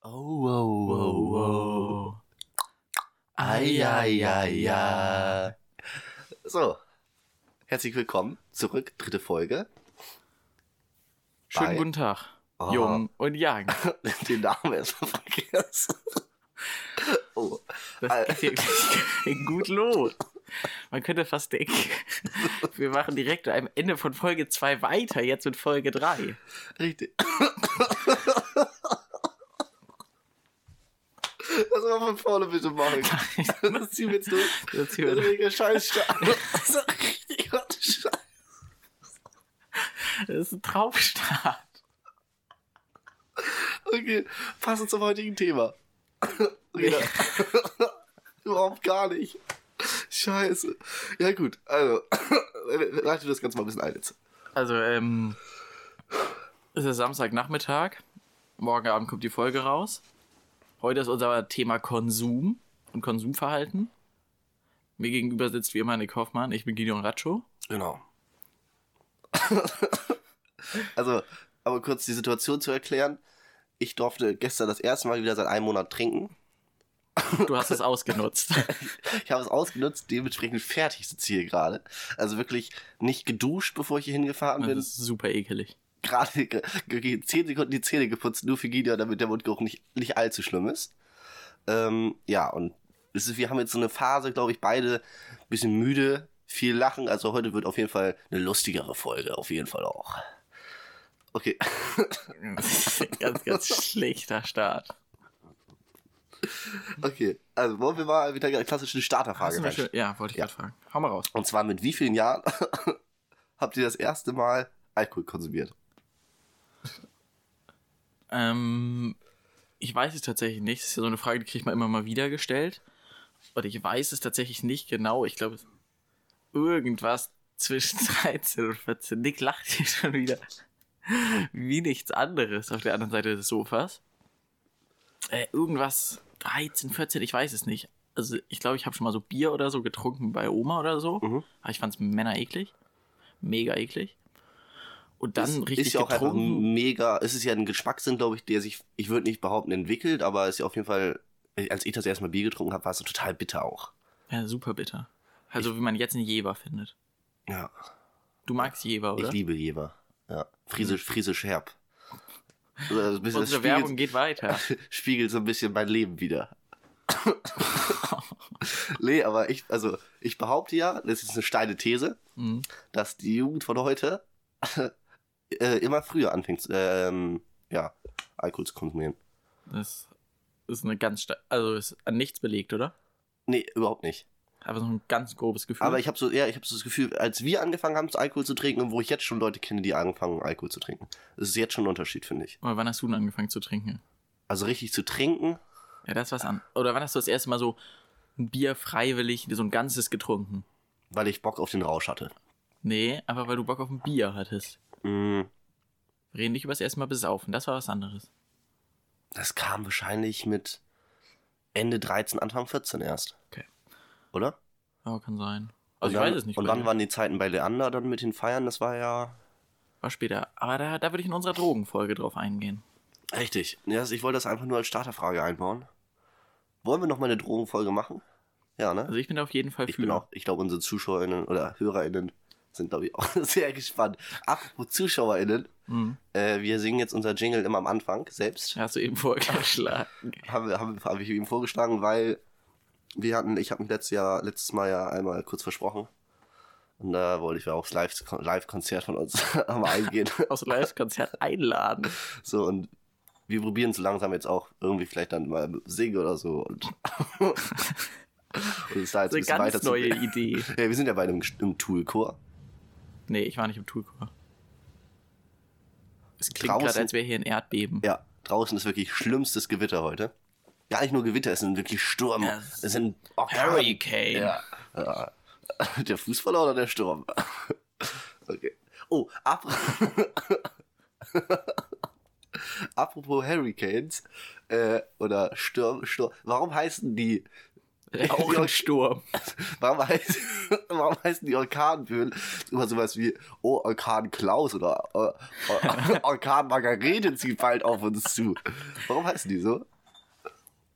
Oh, oh, oh, oh. Ai, ai, ai, ai. So, herzlich willkommen zurück, 3. Folge. Schönen guten Tag, Jung und Yang. Den Namen erstmal vergessen. Oh. Das geht hier gut los. Man könnte fast denken, wir machen direkt am Ende von Folge 2 weiter, jetzt mit Folge 3. Richtig. Lass mal von vorne bitte machen. Das ziehen wir jetzt durch. Das ist ein Scheißstart. Das ist ein richtiger Scheiß. Das ist ein Traumstart. Okay, passend zum heutigen Thema. Okay, überhaupt gar nicht. Scheiße. Ja gut, also, leite das Ganze mal ein bisschen ein jetzt. Also, es ist Samstagnachmittag. Morgen Abend kommt die Folge raus. Heute ist unser Thema Konsum und Konsumverhalten. Mir gegenüber sitzt wie immer Nick Hoffmann. Ich bin Gideon Ratschow. Genau. Also, aber kurz die Situation zu erklären. Ich durfte gestern das erste Mal wieder seit einem Monat trinken. Du hast es ausgenutzt. Ich habe es ausgenutzt, dementsprechend fertig sitze ich hier gerade. Also wirklich nicht geduscht, bevor ich hier hingefahren bin. Das ist super ekelig. Gerade 10 Sekunden die Zähne geputzt, nur für Gideon, damit der Mundgeruch nicht allzu schlimm ist. Ja, und wir haben jetzt so eine Phase, glaube ich, beide ein bisschen müde, viel lachen. Also heute wird auf jeden Fall eine lustigere Folge, auf jeden Fall auch. Okay. Ganz, ganz schlechter Start. Okay, also wollen wir mal wieder eine klassische Starterfrage rein? Ja, wollte ich gerade fragen. Hau mal raus. Und zwar mit wie vielen Jahren habt ihr das erste Mal Alkohol konsumiert? Ich weiß es tatsächlich nicht. Das ist ja so eine Frage, die kriegt man immer mal wieder gestellt. Und ich weiß es tatsächlich nicht genau. Ich glaube, irgendwas zwischen 13 und 14. Nick lacht hier schon wieder wie nichts anderes auf der anderen Seite des Sofas. Irgendwas 13, 14, ich weiß es nicht. Also ich glaube, ich habe schon mal so Bier oder so getrunken bei Oma oder so. Mhm. Aber ich fand es mega eklig. Und dann richtig ist ja auch getrunken. Einfach mega, es ist ja ein Geschmackssinn, glaube ich, der sich, ich würde nicht behaupten, entwickelt, aber es ist ja auf jeden Fall, als ich das erste Mal Bier getrunken habe, war es so total bitter auch. Ja, super bitter. Also wie man jetzt einen Jever findet. Ja. Du magst Jever, oder? Ich liebe Jever. Ja. Friesisch herb. Also Unsere Werbung geht weiter. Spiegelt so ein bisschen mein Leben wieder. Nee, aber ich behaupte ja, das ist eine steile These, dass die Jugend von heute immer früher anfängt, Alkohol zu konsumieren. Das ist eine also ist an nichts belegt, oder? Nee, überhaupt nicht. Aber so ein ganz grobes Gefühl. Aber ich habe so das Gefühl, als wir angefangen haben, Alkohol zu trinken und wo ich jetzt schon Leute kenne, die angefangen haben, Alkohol zu trinken. Das ist jetzt schon ein Unterschied, finde ich. Aber wann hast du denn angefangen zu trinken? Also richtig zu trinken? Ja, das ist was an. Oder wann hast du das erste Mal so ein Bier freiwillig, so ein ganzes getrunken? Weil ich Bock auf den Rausch hatte. Nee, aber weil du Bock auf ein Bier hattest. Wir reden nicht über das erste Mal besaufen, das war was anderes. Das kam wahrscheinlich mit Ende 13, Anfang 14 erst. Okay. Oder? Ja, kann sein. Also und ich weiß es nicht. Und wann waren die Zeiten bei Leander dann mit den Feiern? Das war ja... War später. Aber da würde ich in unserer Drogenfolge drauf eingehen. Richtig. Ja, ich wollte das einfach nur als Starterfrage einbauen. Wollen wir noch mal eine Drogenfolge machen? Ja, ne? Also ich bin da auf jeden Fall für. Ich glaube, unsere ZuschauerInnen oder HörerInnen sind, glaube ich, auch sehr gespannt. Apropos ZuschauerInnen, wir singen jetzt unser Jingle immer am Anfang selbst. Hast du eben vorgeschlagen. Habe ich ihm vorgeschlagen, weil ich habe mich letztes Mal ja einmal kurz versprochen. Und da wollte ich ja aufs Live-Konzert von uns mal eingehen. Aufs Live-Konzert einladen. So, und wir probieren es langsam jetzt auch irgendwie vielleicht dann mal singen oder so. Und es da jetzt eine ganz neue Idee. Ja, wir sind ja beide im Tool-Chor. Nee, ich war nicht im Tool-Chor. Es klingt gerade, als wäre hier ein Erdbeben. Ja, draußen ist wirklich schlimmstes Gewitter heute. Gar nicht nur Gewitter, es sind wirklich Sturm. Ja, es sind Hurricane. Ja. Der Fußballer oder der Sturm? Okay. Oh, apropos Hurricanes oder Sturm. Warum heißen die auch ein Sturm? Warum heißen die Orkanböen immer sowas wie Orkan Klaus oder Orkan Margarete zieht bald auf uns zu? Warum heißen die so?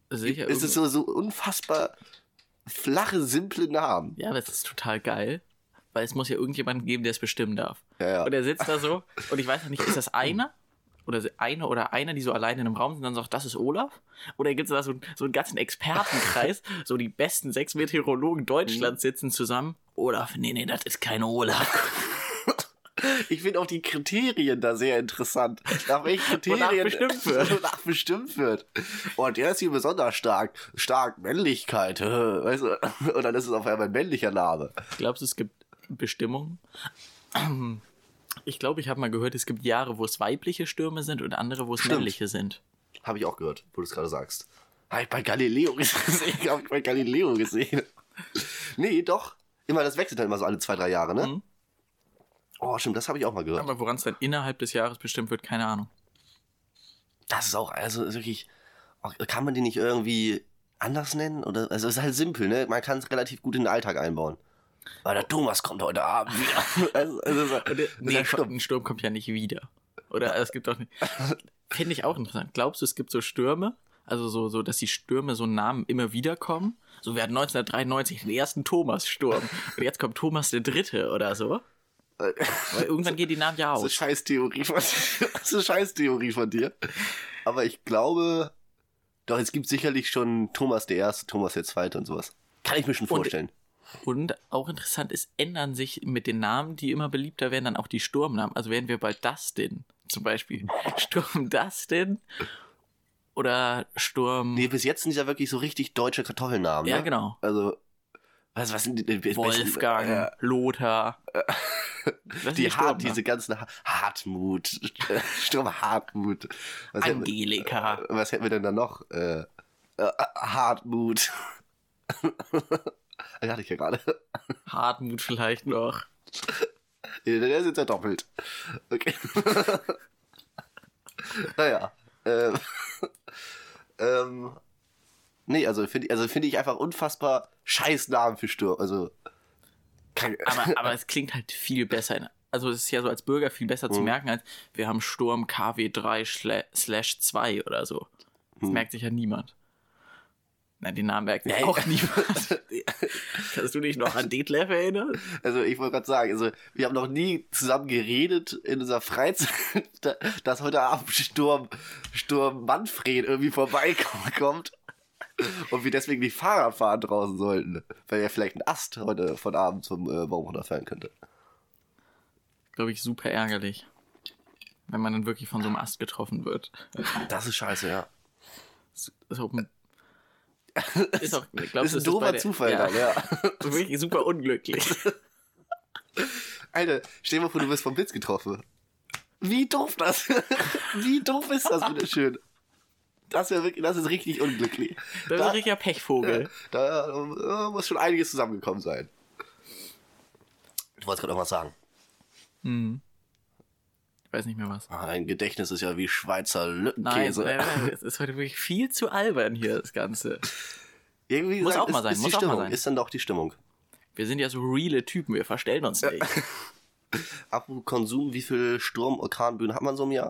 sicher. Es ist so unfassbar flache, simple Namen. Ja, das ist total geil. Weil es muss ja irgendjemanden geben, der es bestimmen darf. Ja. Und er sitzt da so und ich weiß noch nicht, ist das einer? Oder einer, die so alleine in einem Raum sind und dann sagt, das ist Olaf? Oder gibt es da so einen ganzen Expertenkreis, so die besten 6 Meteorologen Deutschlands sitzen zusammen? Olaf, nee, das ist kein Olaf. Ich finde auch die Kriterien da sehr interessant. Nach welchen Kriterien wonach bestimmt wird. Und der ist hier besonders stark. Stark Männlichkeit. Weißt du? Und dann ist es auf einmal ein männlicher Name. Glaubst du, es gibt Bestimmungen? Ich glaube, ich habe mal gehört, es gibt Jahre, wo es weibliche Stürme sind und andere, wo es männliche sind. Habe ich auch gehört, wo du es gerade sagst. Habe ich bei Galileo gesehen. Nee, doch. Immer, das wechselt dann immer so alle 2-3 Jahre, ne? Mhm. Oh, stimmt, das habe ich auch mal gehört. Aber woran es dann innerhalb des Jahres bestimmt wird, keine Ahnung. Das ist auch, also ist wirklich, kann man die nicht irgendwie anders nennen? Oder, also es ist halt simpel, ne? Man kann es relativ gut in den Alltag einbauen. Weil der Thomas kommt heute Abend wieder. Ein Sturm kommt ja nicht wieder. Oder es gibt auch nicht. Finde ich auch interessant. Glaubst du, es gibt so Stürme? Also so, dass die Stürme so Namen immer wieder kommen? So, wir hatten 1993 den ersten Thomas-Sturm. Und jetzt kommt Thomas der Dritte oder so. Weil irgendwann gehen die Namen ja aus. Das ist eine Scheißtheorie von dir. Aber ich glaube, doch, es gibt sicherlich schon Thomas der Erste, Thomas der Zweite und sowas. Kann ich mir schon vorstellen. Und auch interessant ist, ändern sich mit den Namen, die immer beliebter werden, dann auch die Sturmnamen. Also werden wir bald Dustin zum Beispiel. Sturm Dustin oder Sturm... Nee, bis jetzt sind ja wirklich so richtig deutsche Kartoffelnamen. Ja, ne? genau. Also, was sind die Wolfgang, Lothar. Diese ganzen Hartmut, Sturm Hartmut. Angelika. Was hätten wir denn da noch? Hartmut. Das hatte ich ja gerade. Hartmut vielleicht noch. Der ist jetzt ja doppelt. Okay. Naja. Nee, also finde ich einfach unfassbar scheiß Namen für Sturm. Also. Aber es klingt halt viel besser. Also es ist ja so als Bürger viel besser zu merken, als wir haben Sturm KW3/2 oder so. Das merkt sich ja niemand. Nein, den Namen merkt sich auch niemand. Kannst du dich noch an Detlef erinnern? Also ich wollte gerade sagen, also wir haben noch nie zusammen geredet in unserer Freizeit, dass heute Abend Sturm Manfred irgendwie vorbeikommt und wir deswegen nicht Fahrrad fahren draußen sollten, weil ja vielleicht ein Ast heute von Abend zum Baum runterfallen könnte. Glaube ich, super ärgerlich, wenn man dann wirklich von so einem Ast getroffen wird. Das ist scheiße, ja. Ist auch, glaubst, ist ein doofer Zufall dann, ja. Wirklich super unglücklich. Alter, stell dir mal vor, du wirst vom Blitz getroffen. Wie doof das? Wie doof ist das bitte schön? Das ist richtig unglücklich. Das ist ein richtiger Pechvogel. Da muss schon einiges zusammengekommen sein. Du wolltest gerade noch was sagen. Ich weiß nicht mehr was. Dein Gedächtnis ist ja wie Schweizer Lückenkäse. Nein, es ist heute wirklich viel zu albern hier, das Ganze. Irgendwie muss auch mal sein. Ist dann doch die Stimmung. Wir sind ja so reale Typen, wir verstellen uns nicht. Apropos Konsum, wie viel Sturm-Orkanböen hat man so im Jahr?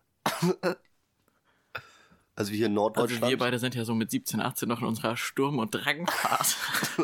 Also wie hier in Norddeutschland. Also wir beide sind ja so mit 17, 18 noch in unserer Sturm- und Drangphase.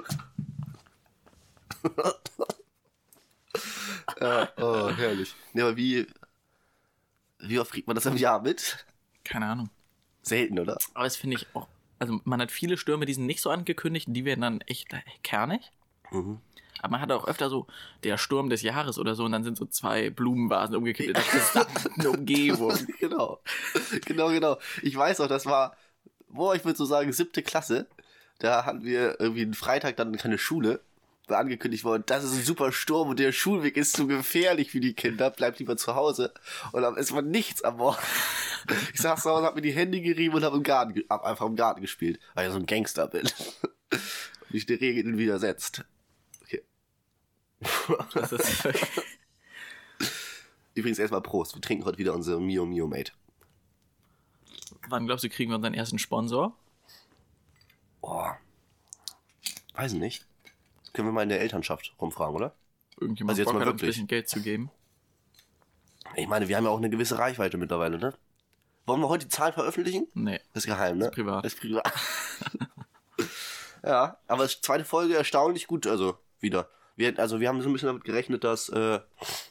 Oh, herrlich. Nee, aber wie oft kriegt man das im Jahr mit? Keine Ahnung. Selten, oder? Aber das finde ich auch, also man hat viele Stürme, die sind nicht so angekündigt, die werden dann echt kernig. Aber man hat auch öfter so der Sturm des Jahres oder so und dann sind so 2 Blumenvasen umgekippt in der gesamten Umgebung. Genau. Ich weiß auch, das war, ich würde so sagen 7. Klasse. Da hatten wir irgendwie einen Freitag dann keine Schule. War angekündigt worden, das ist ein super Sturm und der Schulweg ist zu gefährlich für die Kinder, bleibt lieber zu Hause. Und dann ist man nichts am Morgen. Ich saß zu Hause, hab mir die Hände gerieben und hab einfach im Garten gespielt, weil ich so ein Gangster bin. Und ich die Regeln widersetzt. Okay. Das ist Übrigens erstmal Prost, wir trinken heute wieder unsere Mio Mio Mate. Wann glaubst du, kriegen wir unseren ersten Sponsor? Weiß nicht. Können wir mal in der Elternschaft rumfragen, oder? Irgendjemand jetzt Bock mal hat, uns ein wirklich. bisschen Geld zu geben. Ich meine, wir haben ja auch eine gewisse Reichweite mittlerweile, ne? Wollen wir heute die Zahlen veröffentlichen? Nee. Das ist geheim, ne? Das ist privat. Das ist privat. Ja, aber die zweite Folge erstaunlich gut, also wieder. Wir haben so ein bisschen damit gerechnet, dass, sag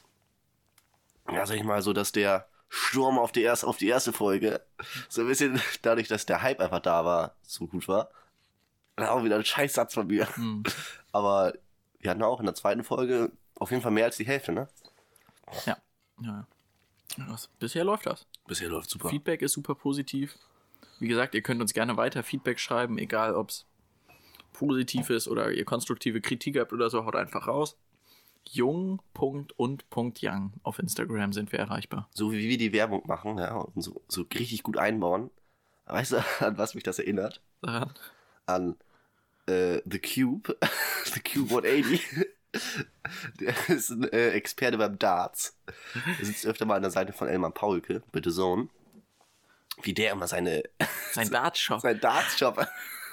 ich mal so, dass der Sturm auf die erste Folge so ein bisschen, dadurch, dass der Hype einfach da war, so gut war. Das ist auch wieder ein Scheißsatz von mir. Aber wir hatten auch in der zweiten Folge auf jeden Fall mehr als die Hälfte, ne? Ja. Bisher läuft das. Bisher läuft super. Feedback ist super positiv. Wie gesagt, ihr könnt uns gerne weiter Feedback schreiben, egal ob es positiv ist oder ihr konstruktive Kritik habt oder so, haut einfach raus. jung.und.young auf Instagram sind wir erreichbar. So wie wir die Werbung machen, ja, und so richtig gut einbauen. Weißt du, an was mich das erinnert? Daran? An The Cube. The Cube 180. Der ist ein Experte beim Darts. Der sitzt öfter mal an der Seite von Elmar Paulke, bitte Sohn. Wie der immer sein Dartshop. Sein Dartshop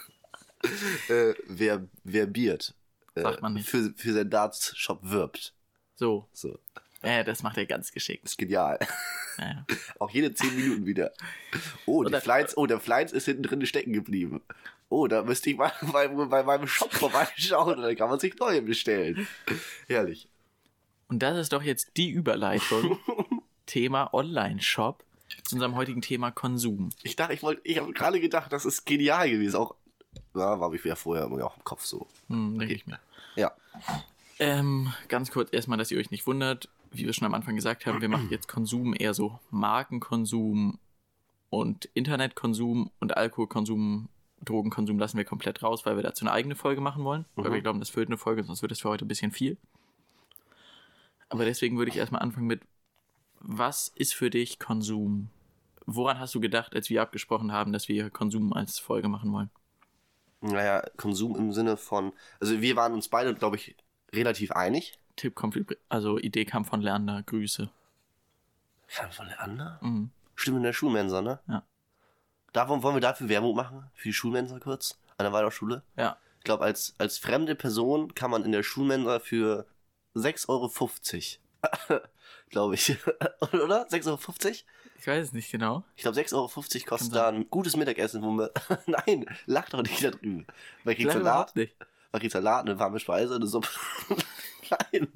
verbiert. Sagt man nicht. Für seinen Dartshop wirbt. So. So. Das macht er ganz geschickt. Das ist genial. Ja. Auch jede 10 Minuten wieder. Der Flights ist hinten drin stecken geblieben. Da müsste ich mal bei meinem Shop vorbeischauen und dann kann man sich neue bestellen. Herrlich. Und das ist doch jetzt die Überleitung. Thema Online-Shop zu unserem heutigen Thema Konsum. Ich habe gerade gedacht, das ist genial gewesen. Auch, war ich ja vorher immer auch im Kopf so. Denke ich mir. Ja. Ganz kurz erstmal, dass ihr euch nicht wundert. Wie wir schon am Anfang gesagt haben, wir machen jetzt Konsum eher so Markenkonsum und Internetkonsum und Alkoholkonsum, Drogenkonsum lassen wir komplett raus, weil wir dazu eine eigene Folge machen wollen. Weil wir glauben, das füllt eine Folge, sonst wird es für heute ein bisschen viel. Aber deswegen würde ich erstmal anfangen mit, was ist für dich Konsum? Woran hast du gedacht, als wir abgesprochen haben, dass wir Konsum als Folge machen wollen? Naja, Konsum im Sinne von, also wir waren uns beide, glaube ich, relativ einig. Idee kam von Leander, Grüße. Kam von Leander? Mhm. Stimmt, in der Schulmensa, ne? Ja. Wollen wir dafür Werbung machen? Für die Schulmensa kurz? An der Waldorfschule? Ja. Ich glaube, als fremde Person kann man in der Schulmensa für 6,50 €, glaube ich. Oder? 6,50 €? Ich weiß es nicht genau. Ich glaube, 6,50 € kostet da ein gutes Mittagessen, wo man... Nein, lach doch nicht da drüben. Man kriegt Salat, eine warme Speise, eine Suppe. Nein.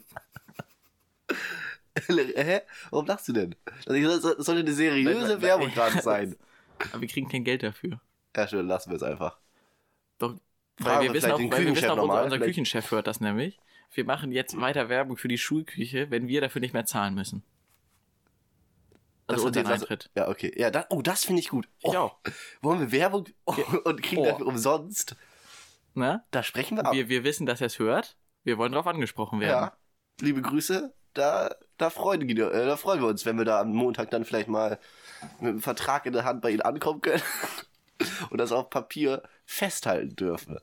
Hä? Warum lachst du denn? Das sollte eine seriöse Werbung gerade sein. Aber wir kriegen kein Geld dafür. Ja, schön, lassen wir es einfach. Doch, weil wir wissen auch, nochmal, unser Küchenchef hört das nämlich. Wir machen jetzt weiter Werbung für die Schulküche, wenn wir dafür nicht mehr zahlen müssen. Also unseren Eintritt. Ja, okay. Ja, das finde ich gut. Ich auch. Wollen wir Werbung und kriegen dafür umsonst? Na? Da sprechen wir ab. Wir wissen, dass er es hört. Wir wollen darauf angesprochen werden. Ja, liebe Grüße. Da freuen wir uns, wenn wir da am Montag dann vielleicht mal mit einem Vertrag in der Hand bei Ihnen ankommen können und das auf Papier festhalten dürfen.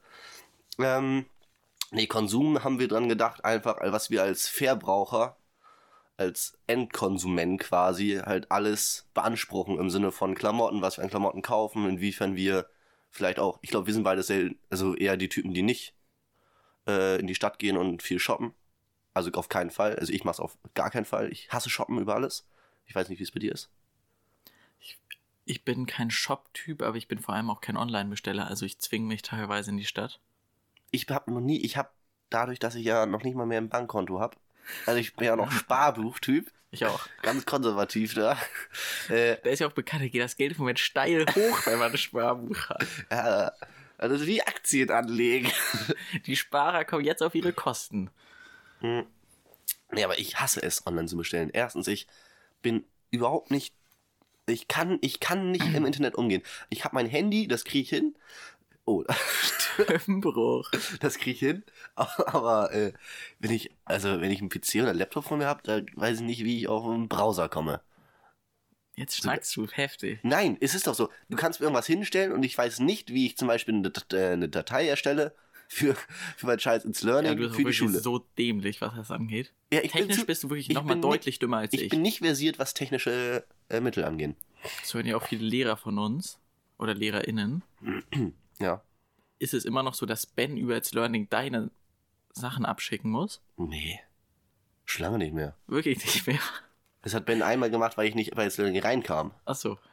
Konsum haben wir dran gedacht, einfach, was wir als Verbraucher, als Endkonsument quasi halt alles beanspruchen im Sinne von Klamotten, was wir an Klamotten kaufen, inwiefern wir vielleicht auch, ich glaube, wir sind beide eher die Typen, die nicht in die Stadt gehen und viel shoppen. Also auf keinen Fall. Also ich mach's auf gar keinen Fall. Ich hasse Shoppen über alles. Ich weiß nicht, wie es bei dir ist. Ich bin kein Shop-Typ, aber ich bin vor allem auch kein Online-Besteller. Also ich zwinge mich teilweise in die Stadt. Ich habe dadurch, dass ich ja noch nicht mal mehr ein Bankkonto habe, also ich bin ja noch Sparbuch-Typ. Ich auch. Ganz konservativ da. Da ist ja auch bekannt, da geht das Geld im Moment steil hoch, wenn man ein Sparbuch hat. Ja, also wie Aktien anlegen. Die Sparer kommen jetzt auf ihre Kosten. Nee, aber ich hasse es, online zu bestellen. Erstens, ich bin überhaupt nicht... Ich kann nicht im Internet umgehen. Ich habe mein Handy, das kriege ich hin. Oh, Stimmbruch. Das kriege ich hin. Aber wenn ich einen PC oder einen Laptop von mir habe, da weiß ich nicht, wie ich auf einen Browser komme. Jetzt schnackst du heftig. Nein, es ist doch so. Du kannst mir irgendwas hinstellen und ich weiß nicht, wie ich zum Beispiel eine Datei erstelle für mein Scheiß ins Learning, du bist für die Schule. So dämlich, was das angeht. Ja, Technisch bist du wirklich nochmal deutlich dümmer als ich. Ich bin nicht versiert, was technische Mittel angehen. Das hören ja auch viele Lehrer von uns oder LehrerInnen. Ja. Ist es immer noch so, dass Ben über It's Learning deine Sachen abschicken muss? Nee. Schon lange nicht mehr. Wirklich nicht mehr. Das hat Ben einmal gemacht, weil ich nicht bei It's Learning reinkam. Achso.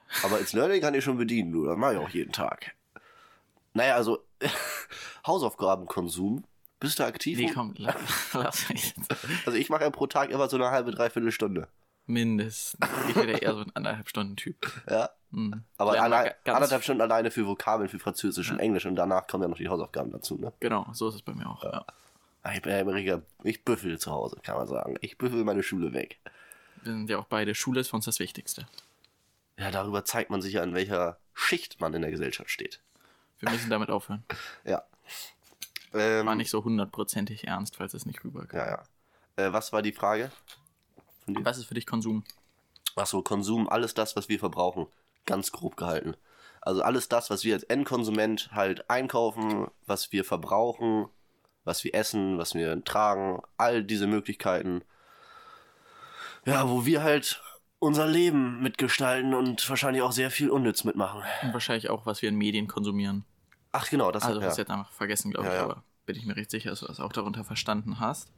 Aber ins Learning kann ich schon bedienen, du. Das mache ich auch jeden Tag. Naja, also Hausaufgabenkonsum. Bist du aktiv? Nee, komm, lass mich jetzt. Also ich mache ja pro Tag immer so eine halbe, dreiviertel Stunde. Mindestens. Ich bin ja eher so ein 1,5 Stunden Typ. Ja. Mhm. Aber Ja, anderthalb Stunden alleine für Vokabeln, für Französisch und Englisch und danach kommen ja noch die Hausaufgaben dazu, ne? Genau, so ist es bei mir auch. Ja. Ich bin ja immer richtiger, ich büffel zu Hause, kann man sagen. Ich büffel meine Schule weg. Wir sind ja auch beide, Schule ist für uns das Wichtigste. Ja, darüber zeigt man sich ja, in welcher Schicht man in der Gesellschaft steht. Wir müssen damit aufhören. Ja. War nicht so 100%ig ernst, falls es nicht rüberkam. Ja, ja. Was war die Frage? Was ist für dich Konsum? Achso, Konsum, alles das, was wir verbrauchen. Ganz grob gehalten. Also alles das, was wir als Endkonsument halt einkaufen, was wir verbrauchen, was wir essen, was wir tragen, all diese Möglichkeiten. Ja, wo wir halt unser Leben mitgestalten und wahrscheinlich auch sehr viel unnütz mitmachen. Und wahrscheinlich auch, was wir in Medien konsumieren. Ach genau, das Also ja. hast du jetzt einfach vergessen, glaube ich, Ja, ja. aber bin ich mir recht sicher, dass du das auch darunter verstanden hast.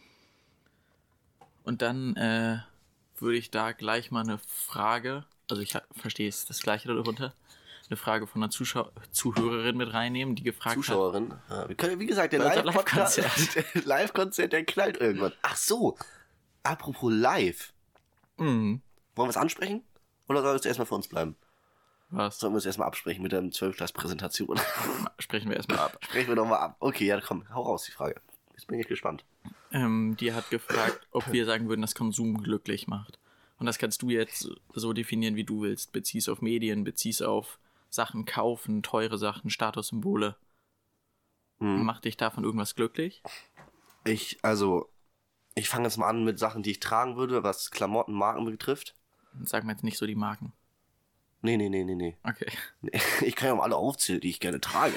Und dann würde ich da gleich mal eine Frage, also ich verstehe es das Gleiche darunter, eine Frage von einer Zuhörerin mit reinnehmen, die gefragt Zuschauerin. Ja, wir können, wie gesagt, der Unser Live-Konzert, der knallt irgendwann. Ach so, apropos live. hat. Mhm. Wollen wir es ansprechen? Oder soll es erstmal für uns bleiben? Was? Sollen wir es erstmal absprechen mit der 12-Glas-Präsentation? Sprechen wir erstmal ab. Sprechen wir doch mal ab. Okay, ja, komm, hau raus die Frage. Jetzt bin ich gespannt. Die hat gefragt, ob wir sagen würden, dass Konsum glücklich macht. Und das kannst du jetzt so definieren, wie du willst. Beziehst auf Medien, beziehst auf Sachen kaufen, teure Sachen, Statussymbole. Macht dich davon irgendwas glücklich? Ich fange jetzt mal an mit Sachen, die ich tragen würde, was Klamotten, Marken betrifft. Sag mir jetzt nicht so die Marken. Nee. Okay. Ich kann ja mal alle aufzählen, die ich gerne trage.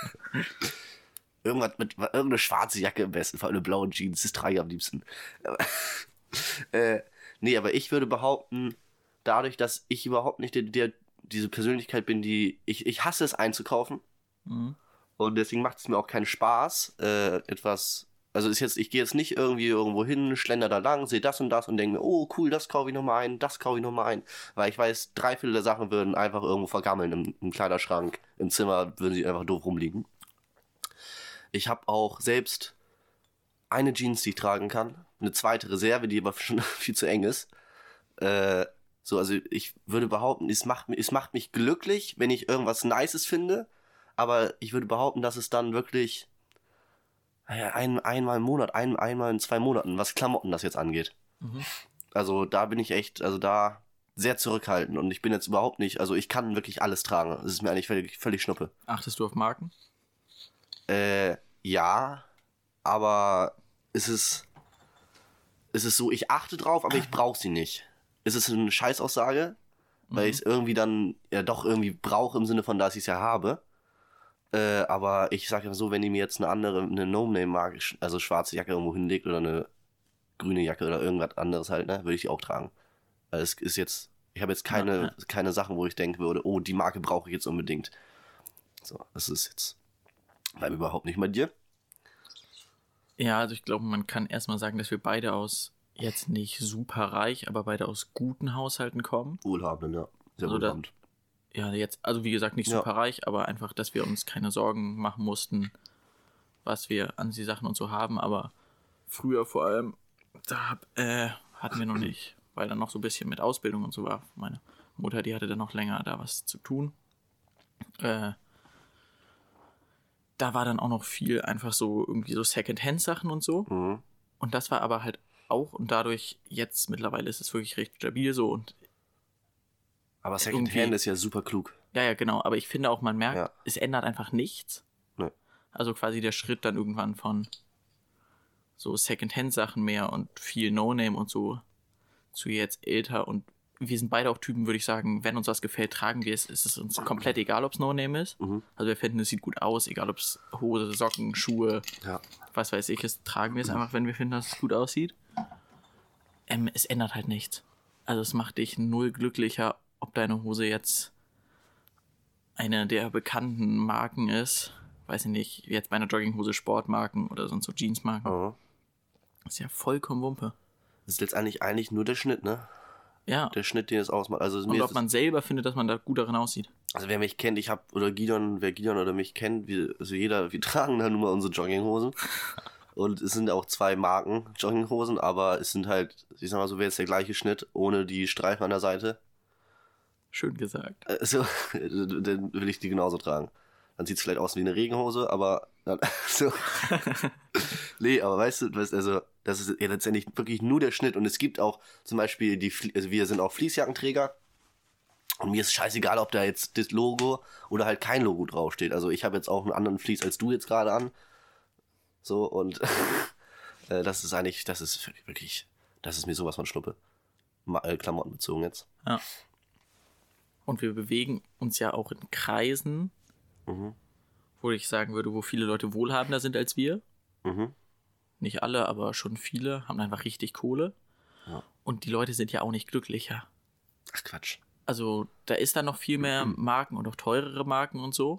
Irgendeine schwarze Jacke im besten Fall, eine blaue Jeans, das trage ich am liebsten. Nee, aber ich würde behaupten, dadurch, dass ich überhaupt nicht diese Persönlichkeit bin, die ich hasse es einzukaufen. Mhm. Und deswegen macht es mir auch keinen Spaß, ich gehe jetzt nicht irgendwie irgendwo hin, schlender da lang, sehe das und denke mir, oh cool, das kaufe ich nochmal ein, weil ich weiß, 3/4 der Sachen würden einfach irgendwo vergammeln im Kleiderschrank, im Zimmer würden sie einfach doof rumliegen. Ich habe auch selbst eine Jeans, die ich tragen kann, eine zweite Reserve, die aber schon viel zu eng ist. Also ich würde behaupten, es macht mich glücklich, wenn ich irgendwas Nices finde, aber ich würde behaupten, dass es dann wirklich einmal im Monat, einmal in 2 Monaten, was Klamotten das jetzt angeht. Mhm. Also da bin ich echt, da sehr zurückhaltend und ich bin jetzt überhaupt nicht, also ich kann wirklich alles tragen. Es ist mir eigentlich völlig Schnuppe. Achtest du auf Marken? Ja, aber es ist so, ich achte drauf, aber ich brauche sie nicht. Es ist eine Scheißaussage, weil ich es irgendwie dann ja doch irgendwie brauche im Sinne von, dass ich es ja habe. Aber ich sage ja so, wenn ihr mir jetzt eine No-Name-Marke, also schwarze Jacke irgendwo hinlegt oder eine grüne Jacke oder irgendwas anderes halt, ne, würde ich die auch tragen. Weil es ist jetzt, ich habe jetzt keine Sachen, wo ich denken würde, oh, die Marke brauche ich jetzt unbedingt. So, das ist jetzt bei mir überhaupt nicht bei dir. Ja, also ich glaube, man kann erstmal sagen, dass wir beide aus, jetzt nicht super reich, aber beide aus guten Haushalten kommen. Wohlhabenden, ja. Sehr Also wohlhabend. Ja, jetzt, also wie gesagt, nicht super reich, aber einfach, dass wir uns keine Sorgen machen mussten, was wir an die Sachen und so haben. Aber früher vor allem, da hatten wir noch nicht, weil dann noch so ein bisschen mit Ausbildung und so war. Meine Mutter, die hatte dann noch länger da was zu tun. Da war dann auch noch viel einfach so irgendwie so Second-Hand-Sachen und so. Mhm. Und das war aber halt auch, und dadurch jetzt mittlerweile ist es wirklich recht stabil so und Aber Secondhand ist ja super klug. ja, genau, aber ich finde auch, man merkt, Ja. es ändert einfach nichts. Nee. Also quasi der Schritt dann irgendwann von so Second-Hand-Sachen mehr und viel No-Name und so zu jetzt älter und wir sind beide auch Typen, würde ich sagen, wenn uns was gefällt, tragen wir es. Es ist uns komplett egal, ob es No-Name ist. Mhm. Also wir finden, es sieht gut aus, egal ob es Hose, Socken, Schuhe, Ja. was weiß ich, es tragen wir es einfach, wenn wir finden, dass es gut aussieht. Es ändert halt nichts. Also es macht dich null glücklicher, ob deine Hose jetzt eine der bekannten Marken ist. Weiß ich nicht, jetzt bei einer Jogginghose Sportmarken oder sonst so Jeansmarken. Mhm. Das ist ja vollkommen Wumpe. Das ist letztendlich eigentlich nur der Schnitt, ne? Ja. der Schnitt, den es ausmacht. Also Und ob man selber findet, dass man da gut darin aussieht. Also wer mich kennt, wer Gideon oder mich kennt, wir tragen da nun mal unsere Jogginghosen. Und es sind auch 2 Marken Jogginghosen, aber es sind halt, ich sag mal so, wäre jetzt der gleiche Schnitt, ohne die Streifen an der Seite. Schön gesagt. So, dann will ich die genauso tragen. Dann sieht es vielleicht aus wie eine Regenhose, aber dann, so. Nee, aber weißt du, also, das ist ja letztendlich wirklich nur der Schnitt. Und es gibt auch zum Beispiel also wir sind auch Fließjackenträger. Und mir ist scheißegal, ob da jetzt das Logo oder halt kein Logo draufsteht. Also ich habe jetzt auch einen anderen Fleece als du jetzt gerade an. So, und das ist wirklich, das ist mir sowas von Schnuppe. Klamotten bezogen jetzt. Ja. Und wir bewegen uns ja auch in Kreisen, wo ich sagen würde, wo viele Leute wohlhabender sind als wir. Nicht alle, aber schon viele haben einfach richtig Kohle. Ja. Und die Leute sind ja auch nicht glücklicher. Ach Quatsch. Also da ist dann noch viel mehr Marken und auch teurere Marken und so.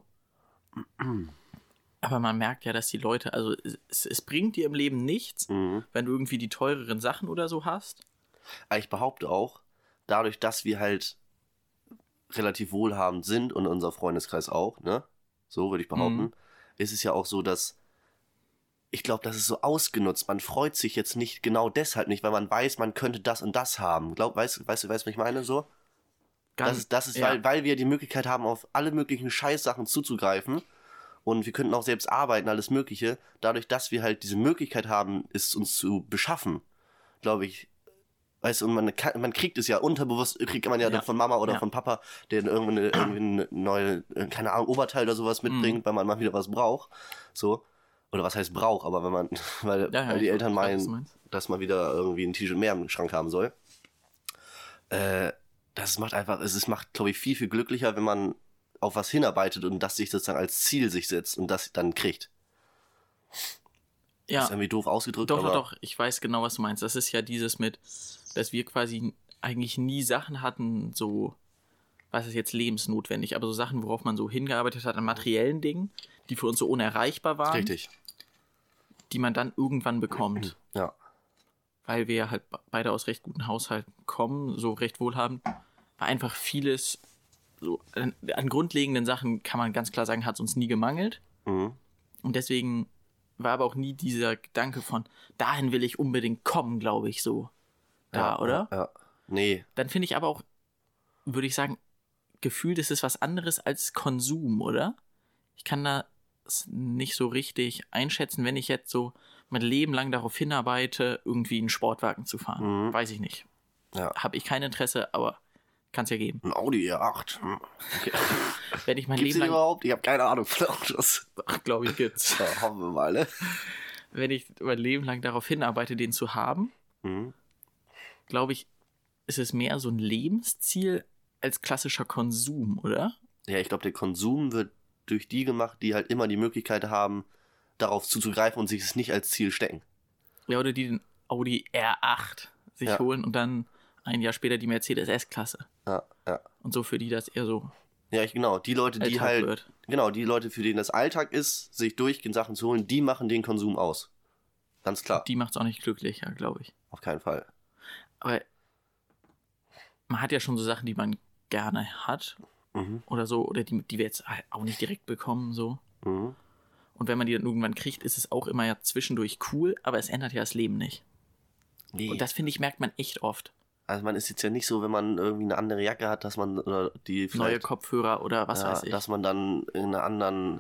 Aber man merkt ja, dass die Leute, also es bringt dir im Leben nichts, wenn du irgendwie die teureren Sachen oder so hast. Aber ich behaupte auch, dadurch, dass wir halt relativ wohlhabend sind und unser Freundeskreis auch, ne? So würde ich behaupten, ist es ja auch so, dass ich glaube, das ist so ausgenutzt. Man freut sich jetzt nicht genau deshalb nicht, weil man weiß, man könnte das und das haben. Weißt du, was ich meine? So? Das ist ja. weil wir die Möglichkeit haben, auf alle möglichen Scheißsachen zuzugreifen. Und wir könnten auch selbst arbeiten, alles Mögliche. Dadurch, dass wir halt diese Möglichkeit haben, es uns zu beschaffen, glaube ich, weißt du, und man kriegt es ja unterbewusst, kriegt man ja dann von Mama oder von Papa, der irgendwie eine neue, keine Ahnung, Oberteil oder sowas mitbringt, weil man mal wieder was braucht. So. Oder was heißt braucht, aber weil die Eltern meinen, dass man wieder irgendwie ein T-Shirt mehr im Schrank haben soll. Das macht einfach, es macht, glaube ich, viel, viel glücklicher, wenn man auf was hinarbeitet und das sich sozusagen als Ziel sich setzt und das dann kriegt. Ja. Das ist irgendwie doof ausgedrückt, Doch, ich weiß genau, was du meinst. Das ist ja dieses mit, dass wir quasi eigentlich nie Sachen hatten, so, was ist jetzt lebensnotwendig, aber so Sachen, worauf man so hingearbeitet hat an materiellen Dingen, die für uns so unerreichbar waren. Richtig. Die man dann irgendwann bekommt. Ja. Weil wir halt beide aus recht guten Haushalten kommen, so recht wohlhabend, war einfach vieles, so an grundlegenden Sachen kann man ganz klar sagen, hat es uns nie gemangelt. Und deswegen war aber auch nie dieser Gedanke von, dahin will ich unbedingt kommen, glaube ich, so. Oder? Ja. Nee. Dann finde ich aber auch, würde ich sagen, gefühlt ist es was anderes als Konsum, oder? Ich kann das nicht so richtig einschätzen, wenn ich jetzt so mein Leben lang darauf hinarbeite, irgendwie einen Sportwagen zu fahren. Weiß ich nicht. Ja. Habe ich kein Interesse, aber kann es ja geben. Ein Audi R8. Okay. Wenn ich mein Gibt's Leben lang... überhaupt? Ich habe keine Ahnung von Autos. Glaube ich, gibt's. Ja, hoffen wir mal, ne? Wenn ich mein Leben lang darauf hinarbeite, den zu haben, glaube ich, ist es mehr so ein Lebensziel als klassischer Konsum, oder? Ja, ich glaube, der Konsum wird durch die gemacht, die halt immer die Möglichkeit haben, darauf zuzugreifen und sich es nicht als Ziel stecken. Ja, oder die den Audi R8 sich holen und dann ein Jahr später die Mercedes S-Klasse. Ja. Und so für die das eher so Ja, genau. Die Leute, die Alltag halt, wird. genau, die Leute, für denen das Alltag ist, sich durchgehend Sachen zu holen, die machen den Konsum aus. Ganz klar. Die macht es auch nicht glücklicher, glaube ich. Auf keinen Fall. Aber man hat ja schon so Sachen, die man gerne hat oder so, oder die wir jetzt halt auch nicht direkt bekommen, so. Und wenn man die dann irgendwann kriegt, ist es auch immer ja zwischendurch cool, aber es ändert ja das Leben nicht. Nee. Und das, finde ich, merkt man echt oft. Also man ist jetzt ja nicht so, wenn man irgendwie eine andere Jacke hat, dass man, oder die vielleicht, Neue Kopfhörer oder was weiß ich. dass man dann in einer anderen,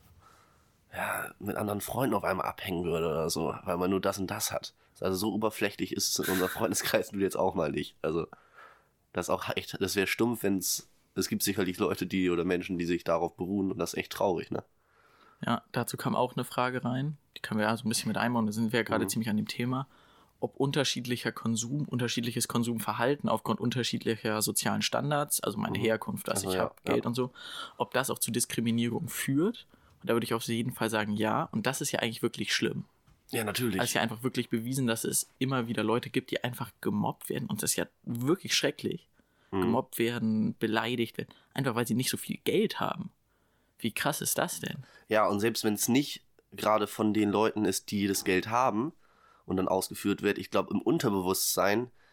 mit anderen Freunden auf einmal abhängen würde oder so, weil man nur das und das hat. Also so oberflächlich ist es in unserem Freundeskreis nun jetzt auch mal nicht. Also das ist auch echt, das wäre stumpf, es gibt sicherlich Leute, oder Menschen, die sich darauf beruhen und das ist echt traurig, ne? Ja, dazu kam auch eine Frage rein, die können wir ja so ein bisschen mit einbauen, da sind wir ja gerade ziemlich an dem Thema, ob unterschiedliches Konsumverhalten aufgrund unterschiedlicher sozialen Standards, also meine Herkunft, dass ich habe Geld und so, ob das auch zu Diskriminierung führt. Und da würde ich auf jeden Fall sagen, ja. Und das ist ja eigentlich wirklich schlimm. Ja, natürlich. Also ist ja einfach wirklich bewiesen, dass es immer wieder Leute gibt, die einfach gemobbt werden. Und das ist ja wirklich schrecklich. Gemobbt werden, beleidigt werden, einfach weil sie nicht so viel Geld haben. Wie krass ist das denn? Ja, und selbst wenn es nicht gerade von den Leuten ist, die das Geld haben und dann ausgeführt wird, ich glaube, im Unterbewusstsein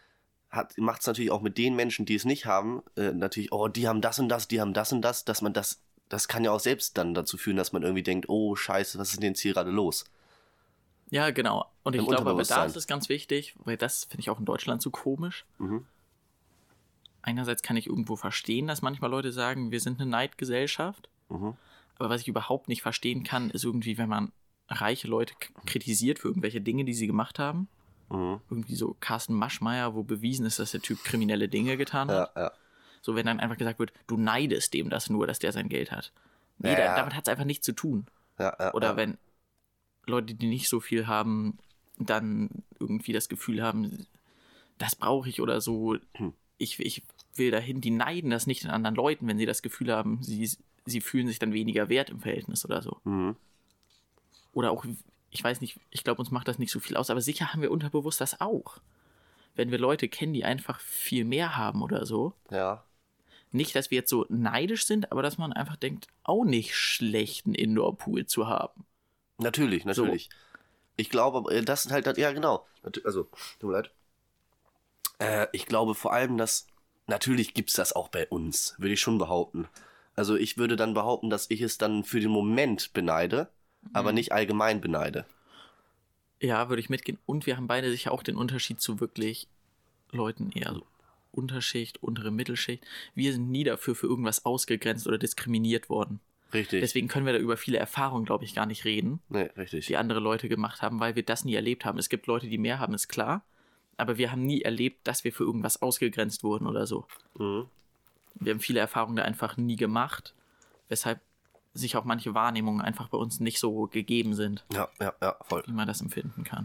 macht es natürlich auch mit den Menschen, die es nicht haben, natürlich, oh, die haben das und das, die haben das und das, dass man das kann ja auch selbst dann dazu führen, dass man irgendwie denkt, oh, scheiße, was ist denn jetzt hier gerade los? Ja, genau. Und ich Im glaube, aber da Unterbewusstsein. ist es ganz wichtig, weil das finde ich auch in Deutschland so komisch. Mhm. Einerseits kann ich irgendwo verstehen, dass manchmal Leute sagen, wir sind eine Neidgesellschaft. Mhm. Aber was ich überhaupt nicht verstehen kann, ist irgendwie, wenn man reiche Leute kritisiert für irgendwelche Dinge, die sie gemacht haben. Mhm. Irgendwie so Carsten Maschmeyer, wo bewiesen ist, dass der Typ kriminelle Dinge getan hat. Ja. So, wenn dann einfach gesagt wird, du neidest dem das nur, dass der sein Geld hat. Nee, Ja. damit hat es einfach nichts zu tun. Ja. Oder wenn Leute, die nicht so viel haben, dann irgendwie das Gefühl haben, das brauche ich oder so. Ich will dahin, die neiden das nicht den anderen Leuten, wenn sie das Gefühl haben, sie fühlen sich dann weniger wert im Verhältnis oder so. Mhm. Oder auch, ich weiß nicht, ich glaube, uns macht das nicht so viel aus, aber sicher haben wir unterbewusst das auch. Wenn wir Leute kennen, die einfach viel mehr haben oder so. Ja. Nicht, dass wir jetzt so neidisch sind, aber dass man einfach denkt, auch nicht schlecht, einen Indoor-Pool zu haben. Natürlich. So. Ich glaube, das ist halt, ja genau. Also, tut mir leid. Ich glaube vor allem, dass, natürlich gibt es das auch bei uns, würde ich schon behaupten. Also ich würde dann behaupten, dass ich es dann für den Moment beneide, aber nicht allgemein beneide. Ja, würde ich mitgehen. Und wir haben beide sicher auch den Unterschied zu wirklich Leuten eher so Unterschicht, untere Mittelschicht. Wir sind nie dafür für irgendwas ausgegrenzt oder diskriminiert worden. Richtig. Deswegen können wir da über viele Erfahrungen, glaube ich, gar nicht reden, Nee, richtig. die andere Leute gemacht haben, weil wir das nie erlebt haben. Es gibt Leute, die mehr haben, ist klar. Aber wir haben nie erlebt, dass wir für irgendwas ausgegrenzt wurden oder so. Mhm. Wir haben viele Erfahrungen da einfach nie gemacht, weshalb sich auch manche Wahrnehmungen einfach bei uns nicht so gegeben sind, Ja, voll. wie man das empfinden kann.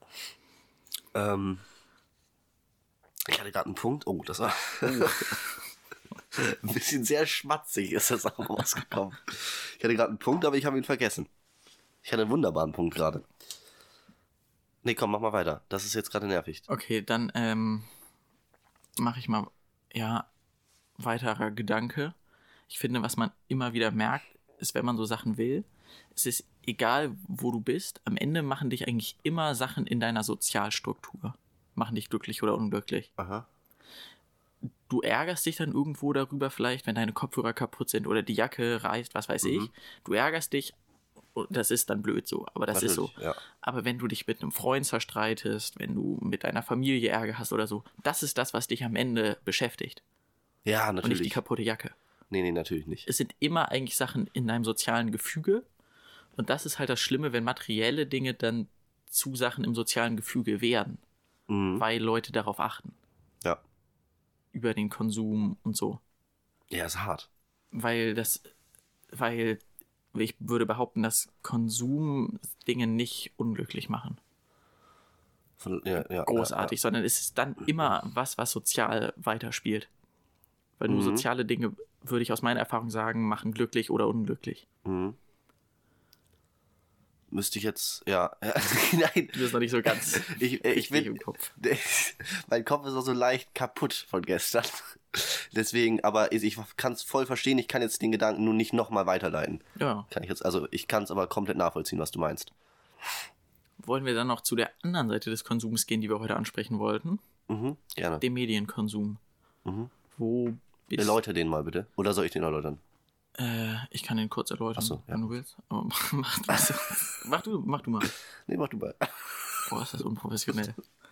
Ich hatte gerade einen Punkt. Oh, das war ein bisschen sehr schmatzig ist das auch rausgekommen. Ich hatte gerade einen Punkt, aber ich habe ihn vergessen. Ich hatte einen wunderbaren Punkt gerade. Nee, komm, mach mal weiter. Das ist jetzt gerade nervig. Okay, dann mache ich mal, weiterer Gedanke. Ich finde, was man immer wieder merkt, ist, wenn man so Sachen will, es ist egal, wo du bist, am Ende machen dich eigentlich immer Sachen in deiner Sozialstruktur. Machen dich glücklich oder unglücklich. Aha. Du ärgerst dich dann irgendwo darüber vielleicht, wenn deine Kopfhörer kaputt sind oder die Jacke reißt, was weiß ich. Du ärgerst dich, und das ist dann blöd so, aber das ist so. Ja. Aber wenn du dich mit einem Freund zerstreitest, wenn du mit deiner Familie Ärger hast oder so, das ist das, was dich am Ende beschäftigt. Ja, Und nicht die natürlich. kaputte Jacke. Nee, natürlich nicht. Es sind immer eigentlich Sachen in deinem sozialen Gefüge. Und das ist halt das Schlimme, wenn materielle Dinge dann zu Sachen im sozialen Gefüge werden. Weil Leute darauf achten. Ja. Über den Konsum und so. Ja, ist hart. Weil ich würde behaupten, dass Konsum Dinge nicht unglücklich machen. Großartig, sondern es ist dann immer was sozial weiterspielt. Weil nur soziale Dinge, würde ich aus meiner Erfahrung sagen, machen glücklich oder unglücklich. Müsste ich jetzt, ja. Nein. Du bist noch nicht so ganz Ich bin im Kopf. Mein Kopf ist auch so leicht kaputt von gestern. Deswegen, aber ich kann es voll verstehen, ich kann jetzt den Gedanken nur nicht nochmal weiterleiten. Ja. Ich kann es aber komplett nachvollziehen, was du meinst. Wollen wir dann noch zu der anderen Seite des Konsums gehen, die wir heute ansprechen wollten? Gerne. Dem Medienkonsum. Wo bist Erläuter den mal bitte. Oder soll ich den erläutern? Ich kann den kurz erläutern, Ach so, ja. wenn du willst. Aber mach du mal. Nee, mach du mal. Boah, ist das unprofessionell.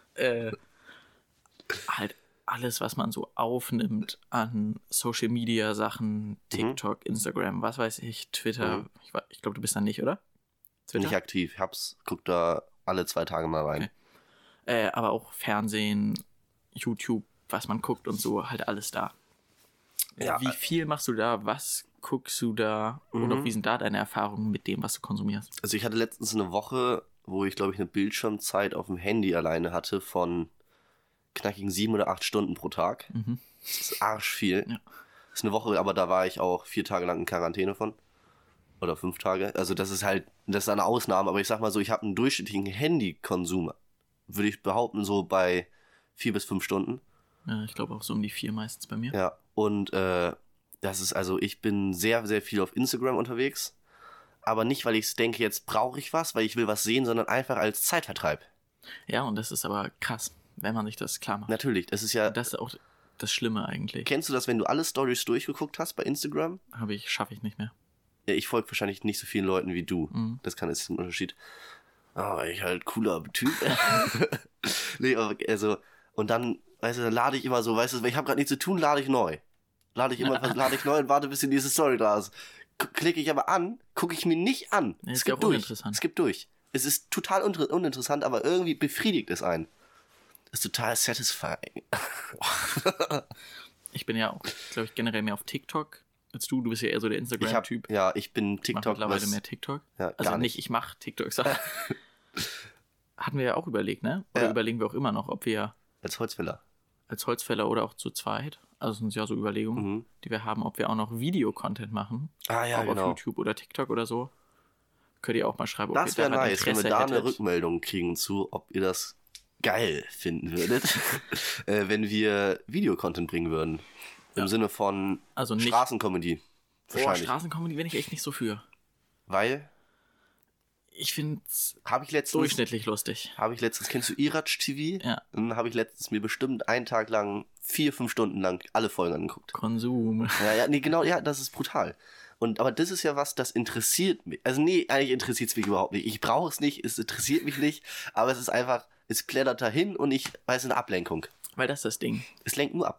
Halt alles, was man so aufnimmt an Social Media Sachen, TikTok, Instagram, was weiß ich, Twitter. Ich glaube, du bist da nicht, oder? Twitter? Nicht aktiv. Guck da alle 2 Tage mal rein. Okay. Aber auch Fernsehen, YouTube, was man guckt und so, halt alles da. Ja. Wie viel machst du da? Was guckst du da? Und auch wie sind da deine Erfahrungen mit dem, was du konsumierst? Also ich hatte letztens eine Woche, wo ich, glaube ich, eine Bildschirmzeit auf dem Handy alleine hatte von knackigen 7 oder 8 Stunden pro Tag. Das ist arschviel. Ja. Das ist eine Woche, aber da war ich auch 4 Tage lang in Quarantäne von. Oder 5 Tage. Also das ist eine Ausnahme. Aber ich sag mal so, ich habe einen durchschnittlichen Handykonsum, würde ich behaupten, so bei 4 bis 5 Stunden. Ja, ich glaube auch so um die 4 meistens bei mir. Ja, und das ist also, ich bin sehr, sehr viel auf Instagram unterwegs. Aber nicht, weil ich denke, jetzt brauche ich was, weil ich will was sehen, sondern einfach als Zeitvertreib. Ja, und das ist aber krass. wenn man sich das klar macht. Natürlich, das ist ja... Das ist auch das Schlimme eigentlich. Kennst du das, wenn du alle Stories durchgeguckt hast bei Instagram? Schaffe ich nicht mehr. Ja, ich folge wahrscheinlich nicht so vielen Leuten wie du. Mhm. Das ist ein Unterschied. Aber ich halt cooler Typ. Nee, aber also, und dann, weißt du, dann lade ich immer so, weißt du, ich habe gerade nichts zu tun, lade ich neu. Lade ich neu und warte, bis die nächste Story da ist. Klicke ich aber an, gucke ich mir nicht an. Nee, Es ist gibt auch durch. uninteressant. Es gibt durch. Es ist total uninteressant, aber irgendwie befriedigt es einen. Das ist total satisfying. Ich bin ja auch, glaube ich, generell mehr auf TikTok als du. Du bist ja eher so der Instagram-Typ. Ich bin Ich mache TikTok. mittlerweile mehr TikTok. Ja, Also gar nicht, ich mache TikTok-Sachen. Hatten wir ja auch überlegt, ne? Oder Ja. überlegen wir auch immer noch, ob wir Als Holzfäller. als Holzfäller oder auch zu zweit, also das sind ja so Überlegungen, die wir haben, ob wir auch noch Video-Content machen. Ah ja, auch genau. auf YouTube oder TikTok oder so. Könnt ihr auch mal schreiben, ob Das ihr wäre daran nice, wenn wir Interesse da eine hättet. Rückmeldung kriegen zu, ob ihr das geil finden würdet, wenn wir Videocontent bringen würden. Im Sinne von Also nicht- Straßencomedy. Wahrscheinlich. Straßencomedy bin ich echt nicht so für. Weil, Ich finde es habe ich letztens, durchschnittlich lustig. kennst du Iratsch TV? Ja. Dann habe ich letztens mir bestimmt einen Tag lang, 4-5 Stunden lang alle Folgen angeguckt. Konsum. Ja, nee, genau, ja, das ist brutal. Aber das ist ja was, das interessiert mich. Also nee, eigentlich interessiert es mich überhaupt nicht. Ich brauche es nicht, es interessiert mich nicht, aber es ist einfach, es klettert dahin und ich weiß eine Ablenkung. Weil das ist das Ding. Es lenkt nur ab.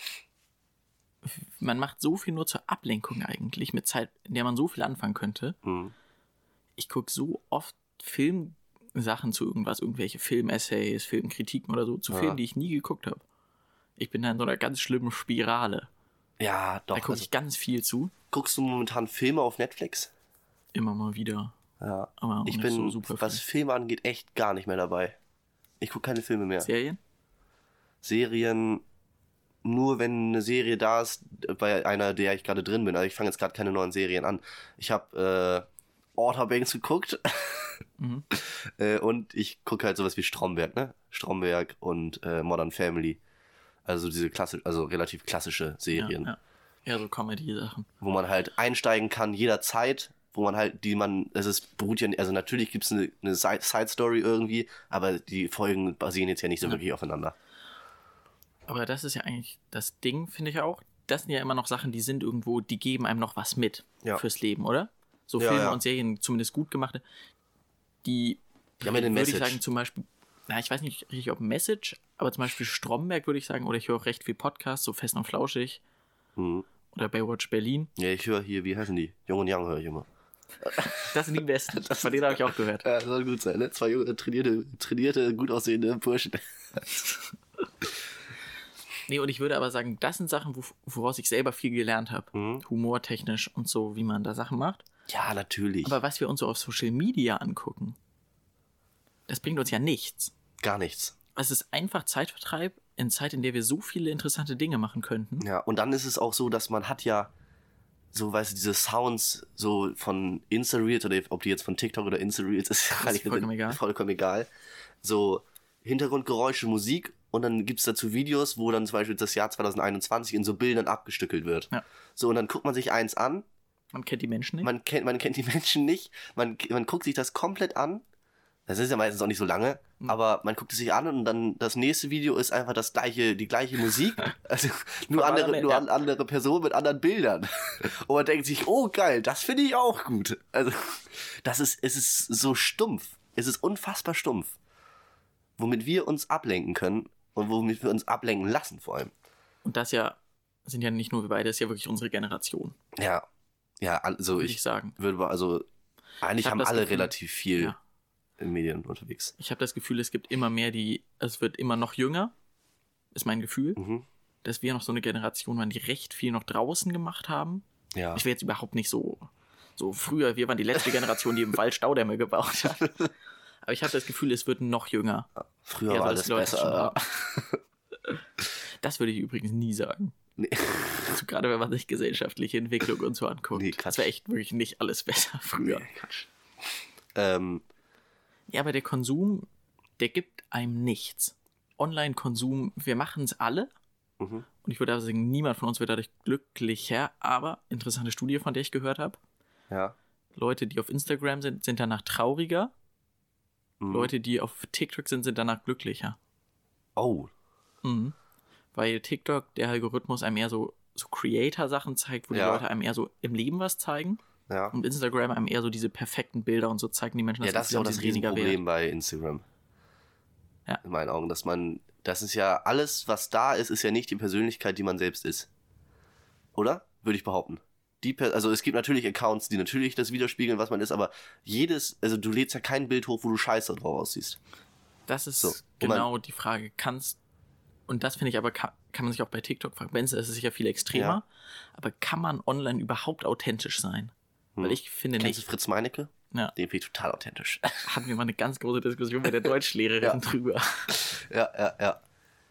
Man macht so viel nur zur Ablenkung eigentlich, mit Zeit, in der man so viel anfangen könnte. Mhm. Ich gucke so oft Filmsachen zu irgendwas, irgendwelche Filmessays, Filmkritiken oder so, zu Ja. Filmen, die ich nie geguckt habe. Ich bin da in so einer ganz schlimmen Spirale. Ja, Da doch. gucke Also, ich ganz viel zu. guckst du momentan Filme auf Netflix? Immer mal wieder. Ja. Aber auch Ich nicht bin, so super was viel. Filme angeht, echt gar nicht mehr dabei. Ich gucke keine Filme mehr. Serien? Serien, nur wenn eine Serie da ist, bei einer, der ich gerade drin bin. Also ich fange jetzt gerade keine neuen Serien an. Ich habe Outer Banks geguckt. Mhm. Und ich gucke halt sowas wie Stromberg, ne? Stromberg und Modern Family. Also diese relativ klassische Serien, Ja. Eher so Comedy-Sachen. wo man halt einsteigen kann jederzeit, wo man halt, beruht ja, also natürlich gibt's eine Side-Story irgendwie, aber die Folgen basieren jetzt ja nicht so wirklich aufeinander. Aber das ist ja eigentlich das Ding, finde ich auch. Das sind ja immer noch Sachen, die sind irgendwo, die geben einem noch was mit fürs Leben, oder? So Ja, Filme ja. und Serien, zumindest gut gemachte, die haben ja eine würde ich Message. sagen, zum Beispiel, ich weiß nicht richtig, ob Message, aber zum Beispiel Stromberg würde ich sagen, oder ich höre auch recht viel Podcasts, so Fest und Flauschig Mhm. oder Baywatch Berlin. Ja, ich höre hier, wie heißen die? Jung und Young höre ich immer. Das sind die besten. Von denen habe ich auch gehört. Ja, soll gut sein, ne? Zwei junge, trainierte, gut aussehende Burschen. Nee, und ich würde aber sagen, das sind Sachen, woraus ich selber viel gelernt habe. Mhm. Humortechnisch und so, wie man da Sachen macht. Ja, natürlich. Aber was wir uns so auf Social Media angucken, das bringt uns ja nichts. Gar nichts. Es ist einfach Zeitvertreib in Zeit, in der wir so viele interessante Dinge machen könnten. Ja, und dann ist es auch so, dass man hat ja so, weißt du, diese Sounds so von Insta-Reels oder ob die jetzt von TikTok oder Insta-Reels ist, vollkommen egal. So Hintergrundgeräusche, Musik und dann gibt's dazu Videos, wo dann zum Beispiel das Jahr 2021 in so Bildern abgestückelt wird. Ja. So, und dann guckt man sich eins an, Man kennt die Menschen nicht. man kennt die Menschen nicht, man guckt sich das komplett an. Das ist ja meistens auch nicht so lange, aber man guckt es sich an und dann das nächste Video ist einfach die gleiche Musik, also nur andere Personen mit anderen Bildern. Und man denkt sich, oh geil, das finde ich auch gut. Also es ist so stumpf, es ist unfassbar stumpf, womit wir uns ablenken können und womit wir uns ablenken lassen vor allem. Und das sind ja nicht nur wir beide, das ist ja wirklich unsere Generation, Ja, also würde ich sagen. eigentlich hab haben das alle Gefühl, relativ viel ja. in Medien unterwegs. Ich habe das Gefühl, es gibt immer mehr, es wird immer noch jünger, ist mein Gefühl, dass wir noch so eine Generation waren, die recht viel noch draußen gemacht haben. Ja. Ich will jetzt überhaupt nicht so früher, wir waren die letzte Generation, die im Wald Staudämme gebaut hat. Aber ich habe das Gefühl, es wird noch jünger. Früher Ja, war so alles dass die Leute schon besser. Das würde ich übrigens nie sagen. Nee. Also gerade wenn man sich gesellschaftliche Entwicklung und so anguckt. Nee, Quatsch. Das war echt wirklich nicht alles besser früher. Quatsch. Ja, aber der Konsum, der gibt einem nichts. Online-Konsum, wir machen es alle. Und ich würde aber sagen, niemand von uns wird dadurch glücklicher. Aber interessante Studie, von der ich gehört habe. Ja. Leute, die auf Instagram sind danach trauriger. Leute, die auf TikTok sind danach glücklicher. Oh. Mhm. Weil TikTok, der Algorithmus einem eher so Creator-Sachen zeigt, wo die Ja. Leute einem eher so im Leben was zeigen. Ja. Und Instagram einem eher so diese perfekten Bilder und so zeigen die Menschen, Ja, das ist Gefühl auch haben, das sie sind weniger Riesenproblem bei Instagram. Ja. In meinen Augen, das ist ja alles, was da ist ja nicht die Persönlichkeit, die man selbst ist. Oder? Würde ich behaupten. Also es gibt natürlich Accounts, die natürlich das widerspiegeln, was man ist, aber also du lädst ja kein Bild hoch, wo du scheiße drauf aussiehst. Das ist So, genau die Frage. Und das finde ich aber, kann man sich auch bei TikTok fragen. Benz, es ist sicher viel extremer, aber kann man online überhaupt authentisch sein? Weil ich finde Kennst nicht. du Fritz Meinecke? Ja. Den finde ich total authentisch. Hatten wir mal eine ganz große Diskussion mit der Deutschlehrerin drüber. Ja.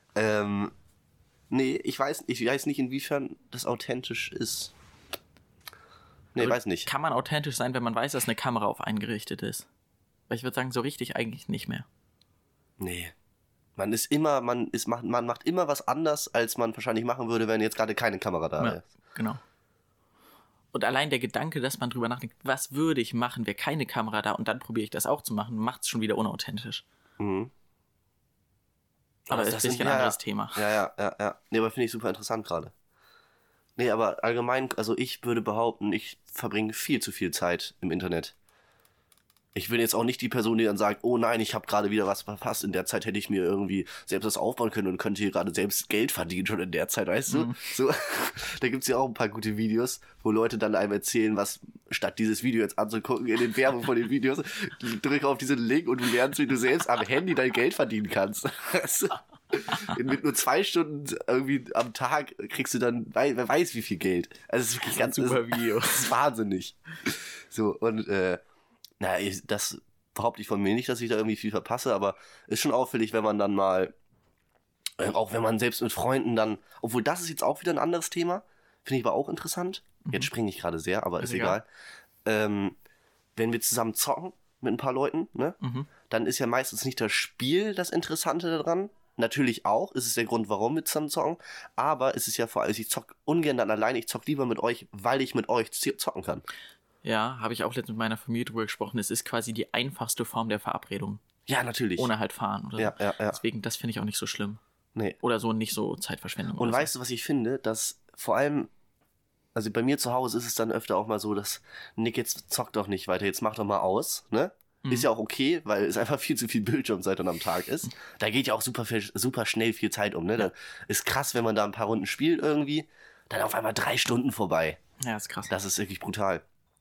Nee, ich weiß nicht, inwiefern das authentisch ist. Nee, Also weiß nicht. Kann man authentisch sein, wenn man weiß, dass eine Kamera auf einen gerichtet ist? Weil ich würde sagen, so richtig eigentlich nicht mehr. Nee. Man macht immer was anders, als man wahrscheinlich machen würde, wenn jetzt gerade keine Kamera da ist. Genau. Und allein der Gedanke, dass man drüber nachdenkt, was würde ich machen, wäre keine Kamera da und dann probiere ich das auch zu machen, macht es schon wieder unauthentisch. Mhm. Aber das ist ein bisschen ein anderes Thema. Ja. Nee, aber finde ich super interessant gerade. Nee, aber allgemein, also ich würde behaupten, ich verbringe viel zu viel Zeit im Internet. Ich bin jetzt auch nicht die Person, die dann sagt, oh nein, ich habe gerade wieder was verpasst. In der Zeit hätte ich mir irgendwie selbst was aufbauen können und könnte hier gerade selbst Geld verdienen schon in der Zeit, weißt du? So, da gibt's ja auch ein paar gute Videos, wo Leute dann einem erzählen, was statt dieses Video jetzt anzugucken, in den Werbung von den Videos, drücke auf diesen Link und du lernst, wie du selbst am Handy dein Geld verdienen kannst. Weißt du? Mit nur 2 Stunden irgendwie am Tag kriegst du dann, wer weiß wie viel Geld. Also es ist wirklich ganz super Video. Das ist wahnsinnig. So, und das behaupte ich von mir nicht, dass ich da irgendwie viel verpasse, aber ist schon auffällig, wenn man dann mal, auch wenn man selbst mit Freunden dann, obwohl das ist jetzt auch wieder ein anderes Thema, finde ich aber auch interessant. Jetzt springe ich gerade sehr, aber ist egal. Wenn wir zusammen zocken mit ein paar Leuten, ne, dann ist ja meistens nicht das Spiel das Interessante daran. Natürlich auch, ist es der Grund, warum wir zusammen zocken, aber es ist ja vor allem, ich zock ungern dann alleine, ich zock lieber mit euch, weil ich mit euch zocken kann. Ja, habe ich auch letztens mit meiner Familie drüber gesprochen. Es ist quasi die einfachste Form der Verabredung. Ja, natürlich. Ohne halt fahren oder so. Ja. Deswegen, das finde ich auch nicht so schlimm. Nee. Oder so nicht so Zeitverschwendung. Und oder weißt du, was ich finde? Dass vor allem, also bei mir zu Hause ist es dann öfter auch mal so, dass Nick, jetzt zock doch nicht weiter, jetzt mach doch mal aus, ne? Ist ja auch okay, weil es einfach viel zu viel Bildschirmzeit dann am Tag ist. Da geht ja auch super schnell viel Zeit um, ne? Da ist krass, wenn man da ein paar Runden spielt irgendwie, dann auf einmal 3 Stunden vorbei. Ja, ist krass. Das ist wirklich brutal.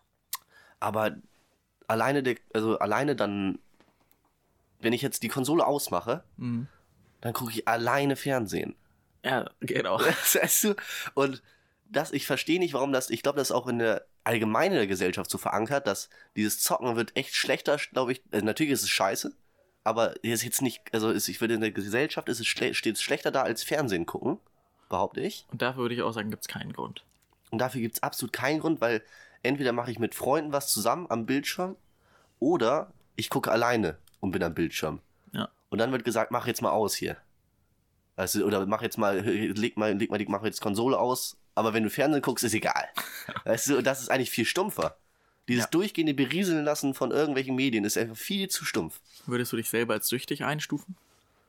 Aber alleine dann, wenn ich jetzt die Konsole ausmache, dann gucke ich alleine Fernsehen. Ja, genau. Weißt du? Und ich verstehe nicht, warum ich glaube, das ist auch in der allgemeinen Gesellschaft so verankert, dass dieses Zocken wird echt schlechter, glaube ich. Also natürlich ist es scheiße, aber ist jetzt nicht, ich würde in der Gesellschaft steht es schlechter da als Fernsehen gucken, behaupte ich. Und dafür würde ich auch sagen, gibt es keinen Grund. Und dafür gibt es absolut keinen Grund, weil entweder mache ich mit Freunden was zusammen am Bildschirm oder ich gucke alleine und bin am Bildschirm. Ja. Und dann wird gesagt, mach jetzt mal aus hier. Weißt du, oder mach jetzt mach jetzt Konsole aus, aber wenn du Fernsehen guckst, ist egal. Weißt du, und das ist eigentlich viel stumpfer. Dieses durchgehende Berieseln lassen von irgendwelchen Medien ist einfach viel zu stumpf. Würdest du dich selber als süchtig einstufen?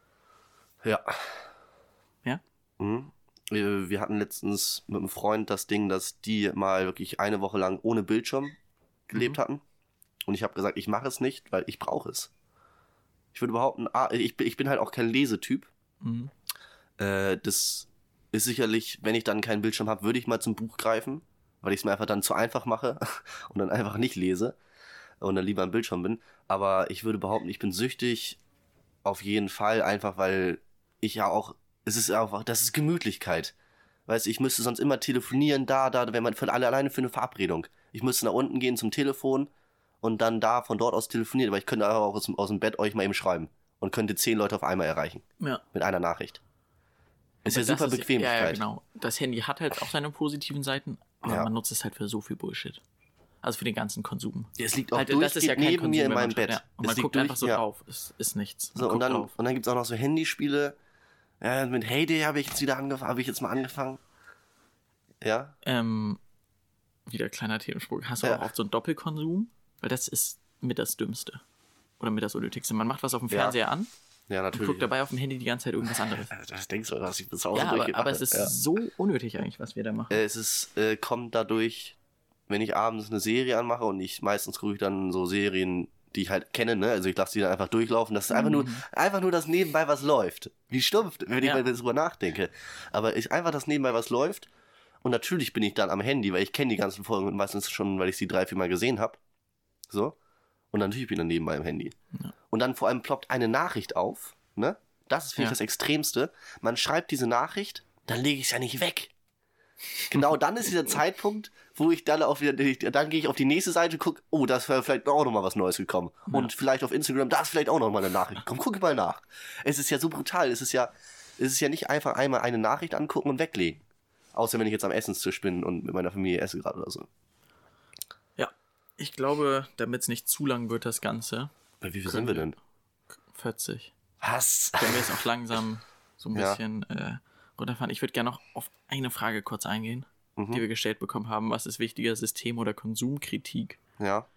Ja. Ja? Mhm. Wir hatten letztens mit einem Freund das Ding, dass die mal wirklich eine Woche lang ohne Bildschirm gelebt hatten. Und ich habe gesagt, ich mache es nicht, weil ich brauche es. Ich würde behaupten, ich bin halt auch kein Lesetyp. Das ist sicherlich, wenn ich dann keinen Bildschirm habe, würde ich mal zum Buch greifen, weil ich es mir einfach dann zu einfach mache und dann einfach nicht lese und dann lieber am Bildschirm bin. Aber ich würde behaupten, ich bin süchtig auf jeden Fall, einfach weil ich ja auch, das ist Gemütlichkeit. Weißt du, ich müsste sonst immer telefonieren, wenn man alleine für eine Verabredung. Ich müsste nach unten gehen zum Telefon und dann von dort aus telefonieren, aber ich könnte auch aus dem Bett euch mal eben schreiben und könnte 10 Leute auf einmal erreichen. Ja. Mit einer Nachricht. Ist ja super Bequemlichkeit. Ja, genau. Das Handy hat halt auch seine positiven Seiten, aber man nutzt es halt für so viel Bullshit. Also für den ganzen Konsum. Es liegt auch durchgehend neben mir in meinem Bett. Ja. Und man guckt einfach so drauf. Es ist nichts. So, und dann gibt es auch noch so Handyspiele. Ja, mit Heyday habe ich jetzt mal angefangen. Ja. Wieder kleiner Themensprung. Hast du auch oft so einen Doppelkonsum? Weil das ist mit das Dümmste. Oder mit das Unnötigste. Man macht was auf dem Fernseher an, Ja, und natürlich. gucke dabei auf dem Handy die ganze Zeit irgendwas anderes. Das denkst du, dass ich bis Hause Ja, aber es ist so unnötig eigentlich, was wir da machen. kommt dadurch, wenn ich abends eine Serie anmache und meistens gucke ich dann so Serien, die ich halt kenne, ne? Also ich lasse die dann einfach durchlaufen. Das ist einfach nur, dass nebenbei was läuft. Wie stumpf, wenn ich mal darüber nachdenke. Aber einfach, dass nebenbei was läuft. Und natürlich bin ich dann am Handy, weil ich kenne die ganzen Folgen meistens schon, weil ich sie 3-4 Mal gesehen habe. So. Und natürlich bin ich dann nebenbei am Handy. Ja. Und dann vor allem ploppt eine Nachricht auf, ne? Das ist, finde ich, das Extremste. Man schreibt diese Nachricht, dann lege ich es ja nicht weg. Genau dann ist dieser Zeitpunkt, wo ich dann dann gehe ich auf die nächste Seite, gucke, oh, da ist vielleicht auch noch mal was Neues gekommen. Ja. Und vielleicht auf Instagram, da ist vielleicht auch noch mal eine Nachricht. Komm, gucke mal nach. Es ist ja so brutal. Es ist ja nicht einfach einmal eine Nachricht angucken und weglegen. Außer wenn ich jetzt am Essenstisch bin und mit meiner Familie esse gerade oder so. Ja, ich glaube, damit es nicht zu lang wird, das Ganze. Bei wie viel sind wir denn? 40. Was? Können wir jetzt auch langsam so ein bisschen runterfahren. Ich würde gerne noch auf eine Frage kurz eingehen, die wir gestellt bekommen haben. Was ist wichtiger, System- oder Konsumkritik? Ja.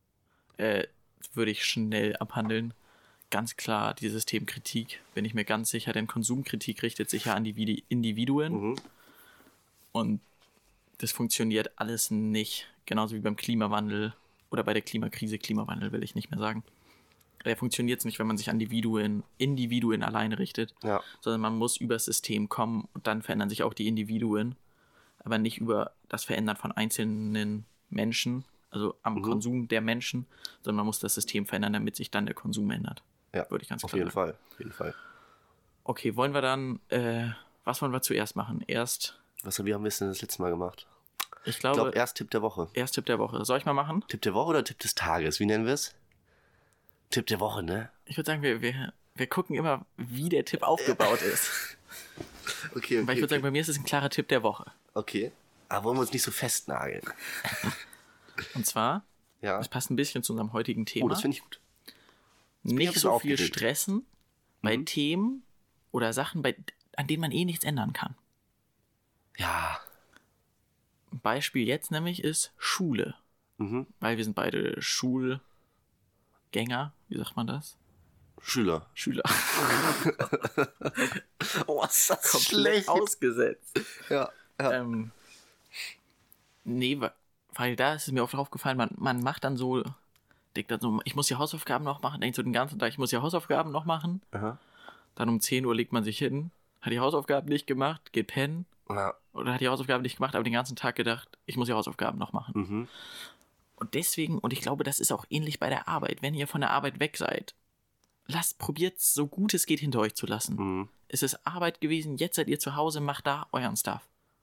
Würde ich schnell abhandeln. Ganz klar die Systemkritik, bin ich mir ganz sicher, denn Konsumkritik richtet sich ja an die Individuen. Und das funktioniert alles nicht. Genauso wie beim Klimawandel oder bei der Klimakrise. Klimawandel will ich nicht mehr sagen. Der funktioniert nicht, wenn man sich an Individuen alleine richtet, sondern man muss über das System kommen und dann verändern sich auch die Individuen, aber nicht über das Verändern von einzelnen Menschen, also am Konsum der Menschen, sondern man muss das System verändern, damit sich dann der Konsum ändert. Ja, würde ich ganz klar sagen. Auf jeden Fall. Okay, wollen wir dann, was wollen wir zuerst machen? Wie haben wir es denn das letzte Mal gemacht? Ich glaube, erst Tipp der Woche. Erst Tipp der Woche. Soll ich mal machen? Tipp der Woche oder Tipp des Tages? Wie nennen wir es? Tipp der Woche, ne? Ich würde sagen, wir gucken immer, wie der Tipp aufgebaut ist. Okay. Weil ich würde sagen, bei mir ist es ein klarer Tipp der Woche. Okay. Aber wollen wir uns nicht so festnageln? Und zwar, das passt ein bisschen zu unserem heutigen Thema. Oh, das finde ich gut. Nicht so viel stressen bei Themen oder Sachen, an denen man nichts ändern kann. Ja. Ein Beispiel jetzt nämlich ist Schule. Weil wir sind beide Schulgänger. Wie sagt man das? Schüler. Oh, ist das komplett schlecht ausgesetzt. Ja. Nee, weil da ist es mir oft aufgefallen, man macht dann so, denkt dann so, ich muss die Hausaufgaben noch machen, denkt so den ganzen Tag, ich muss die Hausaufgaben noch machen. Aha. Dann um 10 Uhr legt man sich hin, hat die Hausaufgaben nicht gemacht, geht pennen. Ja. Oder hat die Hausaufgaben nicht gemacht, aber den ganzen Tag gedacht, ich muss die Hausaufgaben noch machen. Und deswegen, und ich glaube, das ist auch ähnlich bei der Arbeit, wenn ihr von der Arbeit weg seid, probiert so gut es geht hinter euch zu lassen. Es ist Arbeit gewesen, jetzt seid ihr zu Hause, macht da euren Stuff.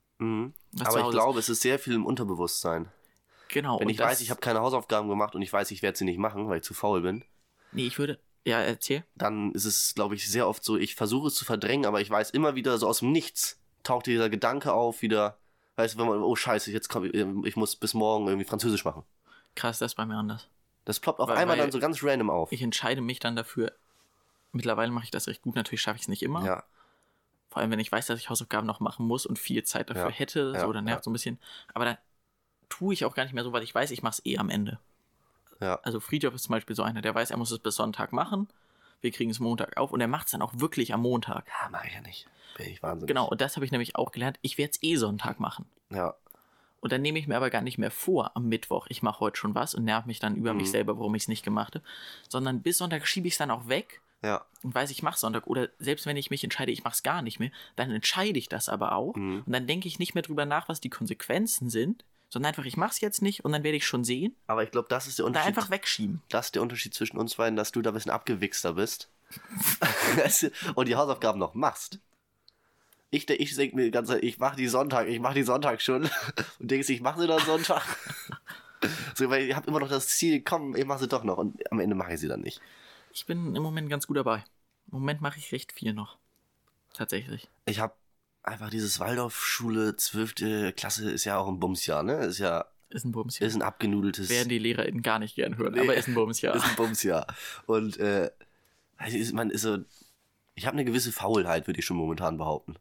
Aber ich glaube, es ist sehr viel im Unterbewusstsein. Genau. Wenn ich weiß, ich habe keine Hausaufgaben gemacht und ich weiß, ich werde sie nicht machen, weil ich zu faul bin. Nee, erzähl. Dann ist es, glaube ich, sehr oft so, ich versuche es zu verdrängen, aber ich weiß immer wieder, so aus dem Nichts taucht dieser Gedanke auf, wieder, weißt du, wenn man, oh scheiße, jetzt ich muss bis morgen irgendwie Französisch machen. Krass, das ist bei mir anders. Das ploppt auf einmal dann so ganz random auf. Ich entscheide mich dann dafür, mittlerweile mache ich das recht gut, natürlich schaffe ich es nicht immer. Ja. Vor allem, wenn ich weiß, dass ich Hausaufgaben noch machen muss und viel Zeit dafür hätte, dann nervt so ein bisschen. Aber dann tue ich auch gar nicht mehr so, weil ich weiß, ich mache es am Ende. Ja. Also Friedhof ist zum Beispiel so einer, der weiß, er muss es bis Sonntag machen. Wir kriegen es Montag auf und er macht es dann auch wirklich am Montag. Ja, mache ich ja nicht. Bin ich wahnsinnig. Genau, und das habe ich nämlich auch gelernt. Ich werde es Sonntag machen. Ja. Und dann nehme ich mir aber gar nicht mehr vor, am Mittwoch, ich mache heute schon was und nerv mich dann über mich selber, warum ich es nicht gemacht habe. Sondern bis Sonntag schiebe ich es dann auch weg. Ja. Und weiß, ich mache Sonntag. Oder selbst wenn ich mich entscheide, ich mache es gar nicht mehr, dann entscheide ich das aber auch. Und dann denke ich nicht mehr drüber nach, was die Konsequenzen sind, sondern einfach, ich mache es jetzt nicht und dann werde ich schon sehen. Aber ich glaube, das ist der Und da Unterschied. einfach wegschieben. Das ist der Unterschied zwischen uns beiden, dass du da ein bisschen abgewichster bist. Und die Hausaufgaben noch machst. Ich denke mir die ganze Zeit, ich mache die Sonntag schon. Und denkst, ich mache sie dann Sonntag. So, weil ich habe immer noch das Ziel, komm, ich mache sie doch noch. Und am Ende mache ich sie dann nicht. Ich bin im Moment ganz gut dabei. Im Moment mache ich recht viel noch. Tatsächlich. Ich habe einfach dieses Waldorfschule 12. Klasse ist ja auch ein Bumsjahr, ne? Ist ein Bumsjahr. Ist ein abgenudeltes... Werden die LehrerInnen gar nicht gern hören, aber ist ein Bumsjahr. Ist ein Bumsjahr. Und man ist so... Ich habe eine gewisse Faulheit, würde ich schon momentan behaupten.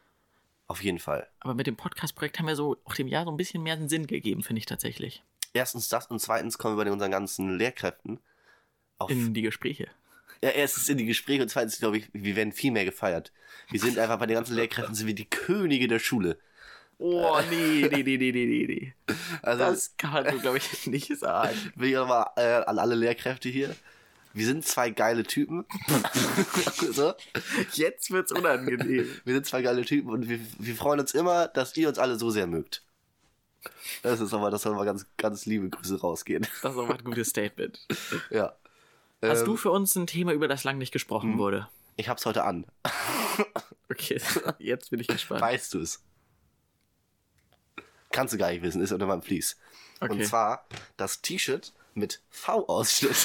Auf jeden Fall. Aber mit dem Podcast-Projekt haben wir so auch dem Jahr so ein bisschen mehr Sinn gegeben, finde ich tatsächlich. Erstens das und zweitens kommen wir bei unseren ganzen Lehrkräften in die Gespräche. Ja, erstens in die Gespräche und zweitens, glaube ich, wir werden viel mehr gefeiert. Wir sind einfach bei den ganzen Lehrkräften, sind wir die Könige der Schule. Oh, nee. Also, Das kann man so, glaube ich, nicht sagen. will ich nochmal an alle Lehrkräfte hier. Wir sind zwei geile Typen. So. Jetzt wird's unangenehm. Wir sind zwei geile Typen und wir freuen uns immer, dass ihr uns alle so sehr mögt. Das soll mal ganz, ganz liebe Grüße rausgehen. Das ist auch mal ein gutes Statement. Ja. Hast du für uns ein Thema, über das lang nicht gesprochen wurde? Ich hab's heute an. Okay, jetzt bin ich gespannt. Weißt du es? Kannst du gar nicht wissen, ist unter meinem Vlies. Okay. Und zwar das T-Shirt mit V-Ausschnitt.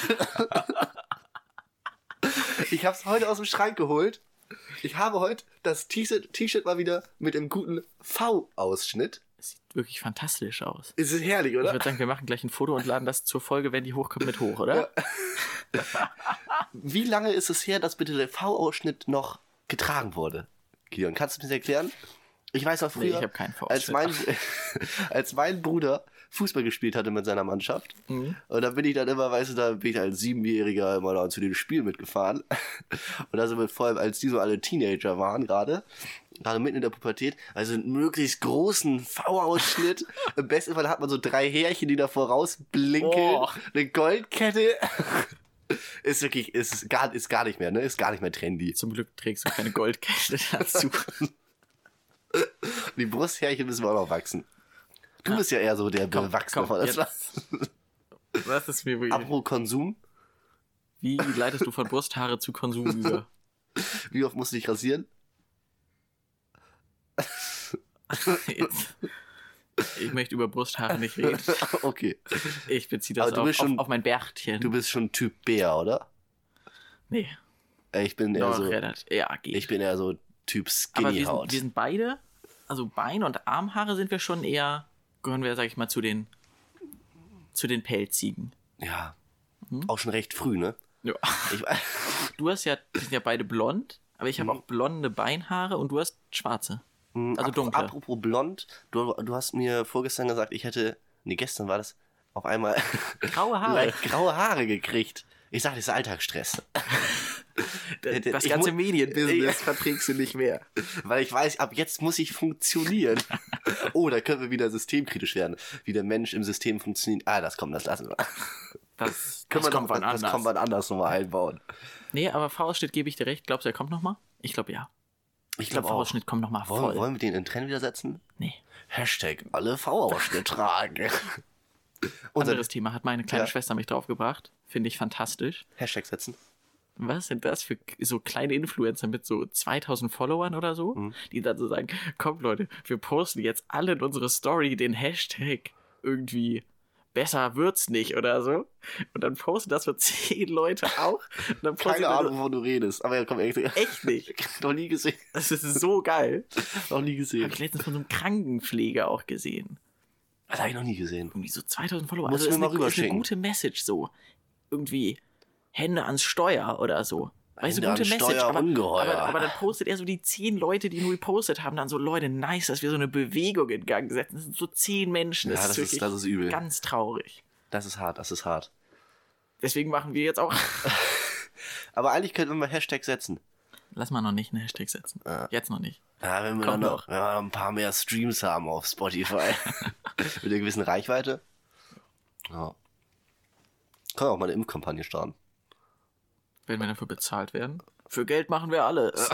Ich hab's heute aus dem Schrank geholt. Ich habe heute das T-Shirt mal wieder mit dem guten V-Ausschnitt. Es sieht wirklich fantastisch aus. Ist es herrlich, Ich oder? würde sagen, wir machen gleich ein Foto und laden das zur Folge, wenn die hochkommt, mit hoch, oder? Ja. Wie lange ist es her, dass bitte der V-Ausschnitt noch getragen wurde? Gideon, kannst du mir das erklären? Ich weiß noch früher, Nee, ich hab keinen V-Ausschnitt. als mein Bruder Fußball gespielt hatte mit seiner Mannschaft. Und da bin ich dann immer, weißt du, da bin ich als 7-Jähriger immer noch zu den Spielen mitgefahren. Und da sind wir vor allem, als die so alle Teenager waren gerade mitten in der Pubertät, also einen möglichst großen V-Ausschnitt. Im besten Fall hat man so 3 Härchen, die da vorausblinkeln. Oh. Eine Goldkette. Ist wirklich, ist gar nicht mehr, ne? Ist gar nicht mehr trendy. Zum Glück trägst du keine Goldkette dazu. Die Brusthärchen müssen wir auch noch wachsen. Du bist ja eher so der Bewachsene von das. Was ist mir wirklich... Apropos Konsum, Wie leitest du von Brusthaare zu Konsum über? wie oft musst du dich rasieren? Jetzt. Ich möchte über Brusthaare nicht reden. Okay. Ich beziehe das Aber du bist schon- auf mein Bärtchen. Du bist schon Typ Bär, oder? Nee, Ich bin eher doch, so, relativ. Ja, geht. ich bin eher so Typ Aber Skinny wir Haut. sind beide, also Bein- und Armhaare sind wir schon eher, gehören wir, sag ich mal, zu den Pelzigen. Ja. Auch schon recht früh, ne? Ja. Ich, Wir sind ja beide blond, aber ich habe auch blonde Beinhaare und du hast schwarze. Also dunkle. Apropos blond, du hast mir vorgestern gesagt, ich hätte, gestern war das, auf einmal Graue Haare. leicht graue Haare gekriegt. Ich sag, das ist Alltagsstress. Das Ich ganze mu- Medienbusiness verträgst du nicht mehr. Weil ich weiß, ab jetzt muss ich funktionieren. Oh, da können wir wieder systemkritisch werden. Wie der Mensch im System funktioniert. Das lassen wir. Das Das kommt wann anders. kann man anders nochmal einbauen. Nee, aber V-Ausschnitt gebe ich dir recht. Glaubst du, er kommt nochmal? Ich glaube ja. Ich Ich glaube, glaube auch. V-Ausschnitt kommt nochmal voll. Wollen wir den in den Trend wieder setzen? Nee. Hashtag alle V-Ausschnitt tragen. Unser Anderes Thema hat meine kleine Ja. Schwester mich draufgebracht. Finde ich fantastisch. Hashtag setzen. Was sind das für so kleine Influencer mit so 2000 Followern oder so, die dann so sagen, komm Leute, wir posten jetzt alle in unsere Story den Hashtag irgendwie besser wird's nicht oder so. Und dann posten das so 10 Leute auch. Und dann posten Keine wir Ahnung, wovon du redest. Aber ja, komm, echt. Echt nicht. Noch nie gesehen. Das ist so geil. Noch nie Habe gesehen. ich letztens von so einem Krankenpfleger auch gesehen. Das habe ich noch nie gesehen. Irgendwie so 2000 Follower. Musst du Also mir ist mal eine, ist eine rüberschicken. gute Message so. Irgendwie Hände ans Steuer oder so. Weißt du, Hände gute ans Message. Steuer, Ungeheuer. Aber dann postet er so die 10 Leute, die ihn repostet haben, dann so, Leute, nice, dass wir so eine Bewegung in Gang setzen. Das sind so 10 Menschen. Ja, das wirklich ist übel. ganz traurig. Das ist hart. Deswegen machen wir jetzt auch. Aber eigentlich könnten wir mal Hashtag setzen. Lass mal noch nicht einen Hashtag setzen. Jetzt noch nicht. Ja, wenn wir Kommt dann noch. wenn wir noch ein paar mehr Streams haben auf Spotify. Mit einer gewissen Reichweite. Ja. Können wir auch mal eine Impfkampagne starten. Wenn wir dafür bezahlt werden. Für Geld machen wir alles.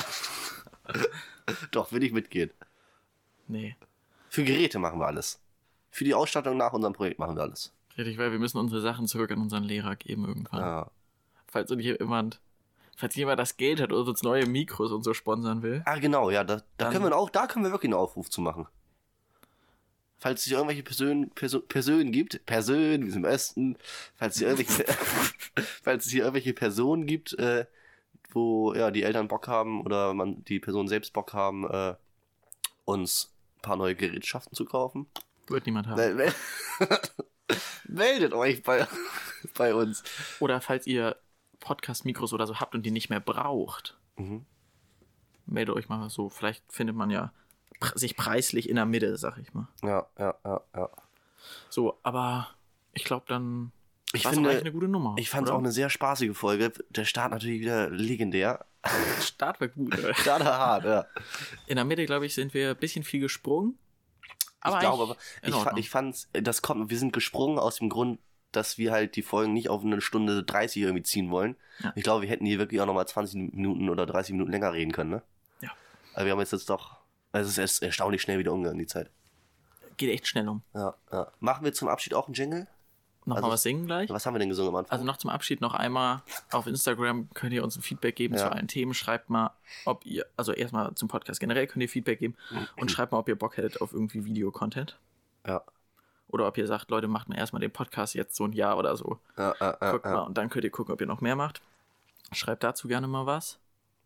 Doch, will ich mitgehen. Nee. Für Geräte machen wir alles. Für die Ausstattung nach unserem Projekt machen wir alles. Richtig, weil wir müssen unsere Sachen zurück an unseren Lehrer geben irgendwann. Ja. Falls jemand das Geld hat oder uns neue Mikros und so sponsern will. Genau, ja, da Dann- können wir wirklich einen Aufruf zu machen. Falls es hier irgendwelche Personen gibt, wir sind im Osten, falls es hier irgendwelche Personen gibt, wo ja die Eltern Bock haben oder die Personen selbst Bock haben, uns ein paar neue Gerätschaften zu kaufen, Wird niemand haben. meldet euch bei uns. Oder falls ihr Podcast-Mikros oder so habt und die nicht mehr braucht, meldet euch mal so. Vielleicht findet man ja sich preislich in der Mitte, sag ich mal. Ja. So, aber ich glaube dann... Ich war es finde, eigentlich eine gute Nummer. Ich fand es oder? auch eine sehr spaßige Folge. Der Start natürlich wieder legendär. Der Start war gut. Oder? Start war hart, ja. In der Mitte, glaube ich, sind wir ein bisschen viel gesprungen. Aber Ich glaube, eigentlich in aber Ordnung. ich fand's, wir sind gesprungen aus dem Grund, dass wir halt die Folgen nicht auf eine Stunde 30 irgendwie ziehen wollen. Ja. Ich glaube, wir hätten hier wirklich auch nochmal 20 Minuten oder 30 Minuten länger reden können, ne? Ja. Aber wir haben jetzt doch, also es ist erstaunlich schnell wieder umgegangen, die Zeit. Geht echt schnell um. Ja, ja. Machen wir zum Abschied auch einen Jingle? Nochmal was singen gleich. Was haben wir denn gesungen am Anfang? Also noch zum Abschied noch einmal auf Instagram könnt ihr uns ein Feedback geben zu allen Themen. Schreibt mal, ob ihr, also erstmal zum Podcast generell könnt ihr Feedback geben und schreibt mal, ob ihr Bock hättet auf irgendwie Videocontent. Ja. Oder ob ihr sagt, Leute, macht mal erstmal den Podcast jetzt so ein Jahr oder so. Guckt mal und dann könnt ihr gucken, ob ihr noch mehr macht. Schreibt dazu gerne mal was.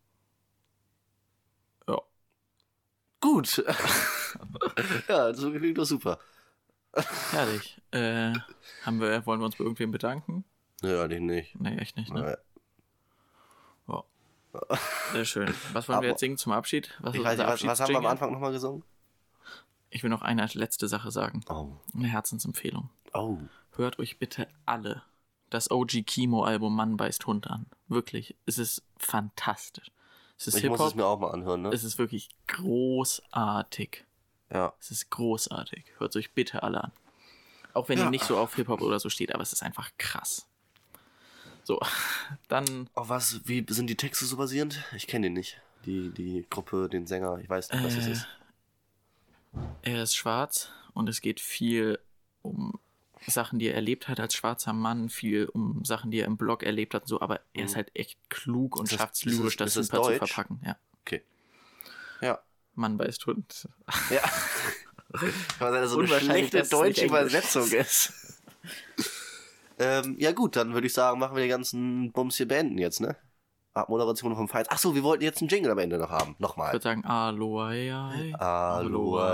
Ja. Gut. Ja, so klingt doch super. Herrlich. Wollen wir uns bei irgendwem bedanken? Ja, eigentlich nicht. Nee, echt nicht, ne? Ja. Ja. Sehr schön. Was wollen wir jetzt singen zum Abschied? Was Ich ist weiß unser nicht, was haben wir am Abschiedsjingle? Anfang nochmal gesungen? Ich will noch eine letzte Sache sagen. Oh. Eine Herzensempfehlung. Oh. Hört euch bitte alle das OG Kimo-Album Mann beißt Hund an. Wirklich. Es ist fantastisch. Es ist Ich muss es Hip-Hop. mir auch mal anhören, ne? Es ist wirklich großartig. Ja. Es ist großartig. Hört euch bitte alle an. Auch wenn ihr nicht so auf Hip-Hop oder so steht, aber es ist einfach krass. So, dann... Auf wie sind die Texte so basierend? Ich kenne den nicht. Die Gruppe, den Sänger, ich weiß nicht, was das ist. Er ist schwarz und es geht viel um Sachen, die er erlebt hat als schwarzer Mann, viel um Sachen, die er im Blog erlebt hat und so, aber er ist halt echt klug und schafft es lyrisch, das ist super zu Deutsch? verpacken. Ja. Okay. Ja. Mann beißt Hund. Ja. Weil das so eine Unwahrscheinlich, schlechte dass es deutsche nicht Englisch Übersetzung ist. Ja gut, dann würde ich sagen, machen wir den ganzen Bums hier beenden jetzt, ne? Abmoderation vom Feind. Achso, wir wollten jetzt einen Jingle am Ende noch haben. Ich Nochmal. würde sagen, Aloha, hey, Aloha,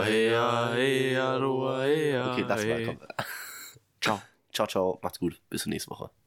hey, Aloha, hey, Okay, lass mal, komm. Ciao. Ciao, ciao. Macht's gut. Bis zur nächsten Woche.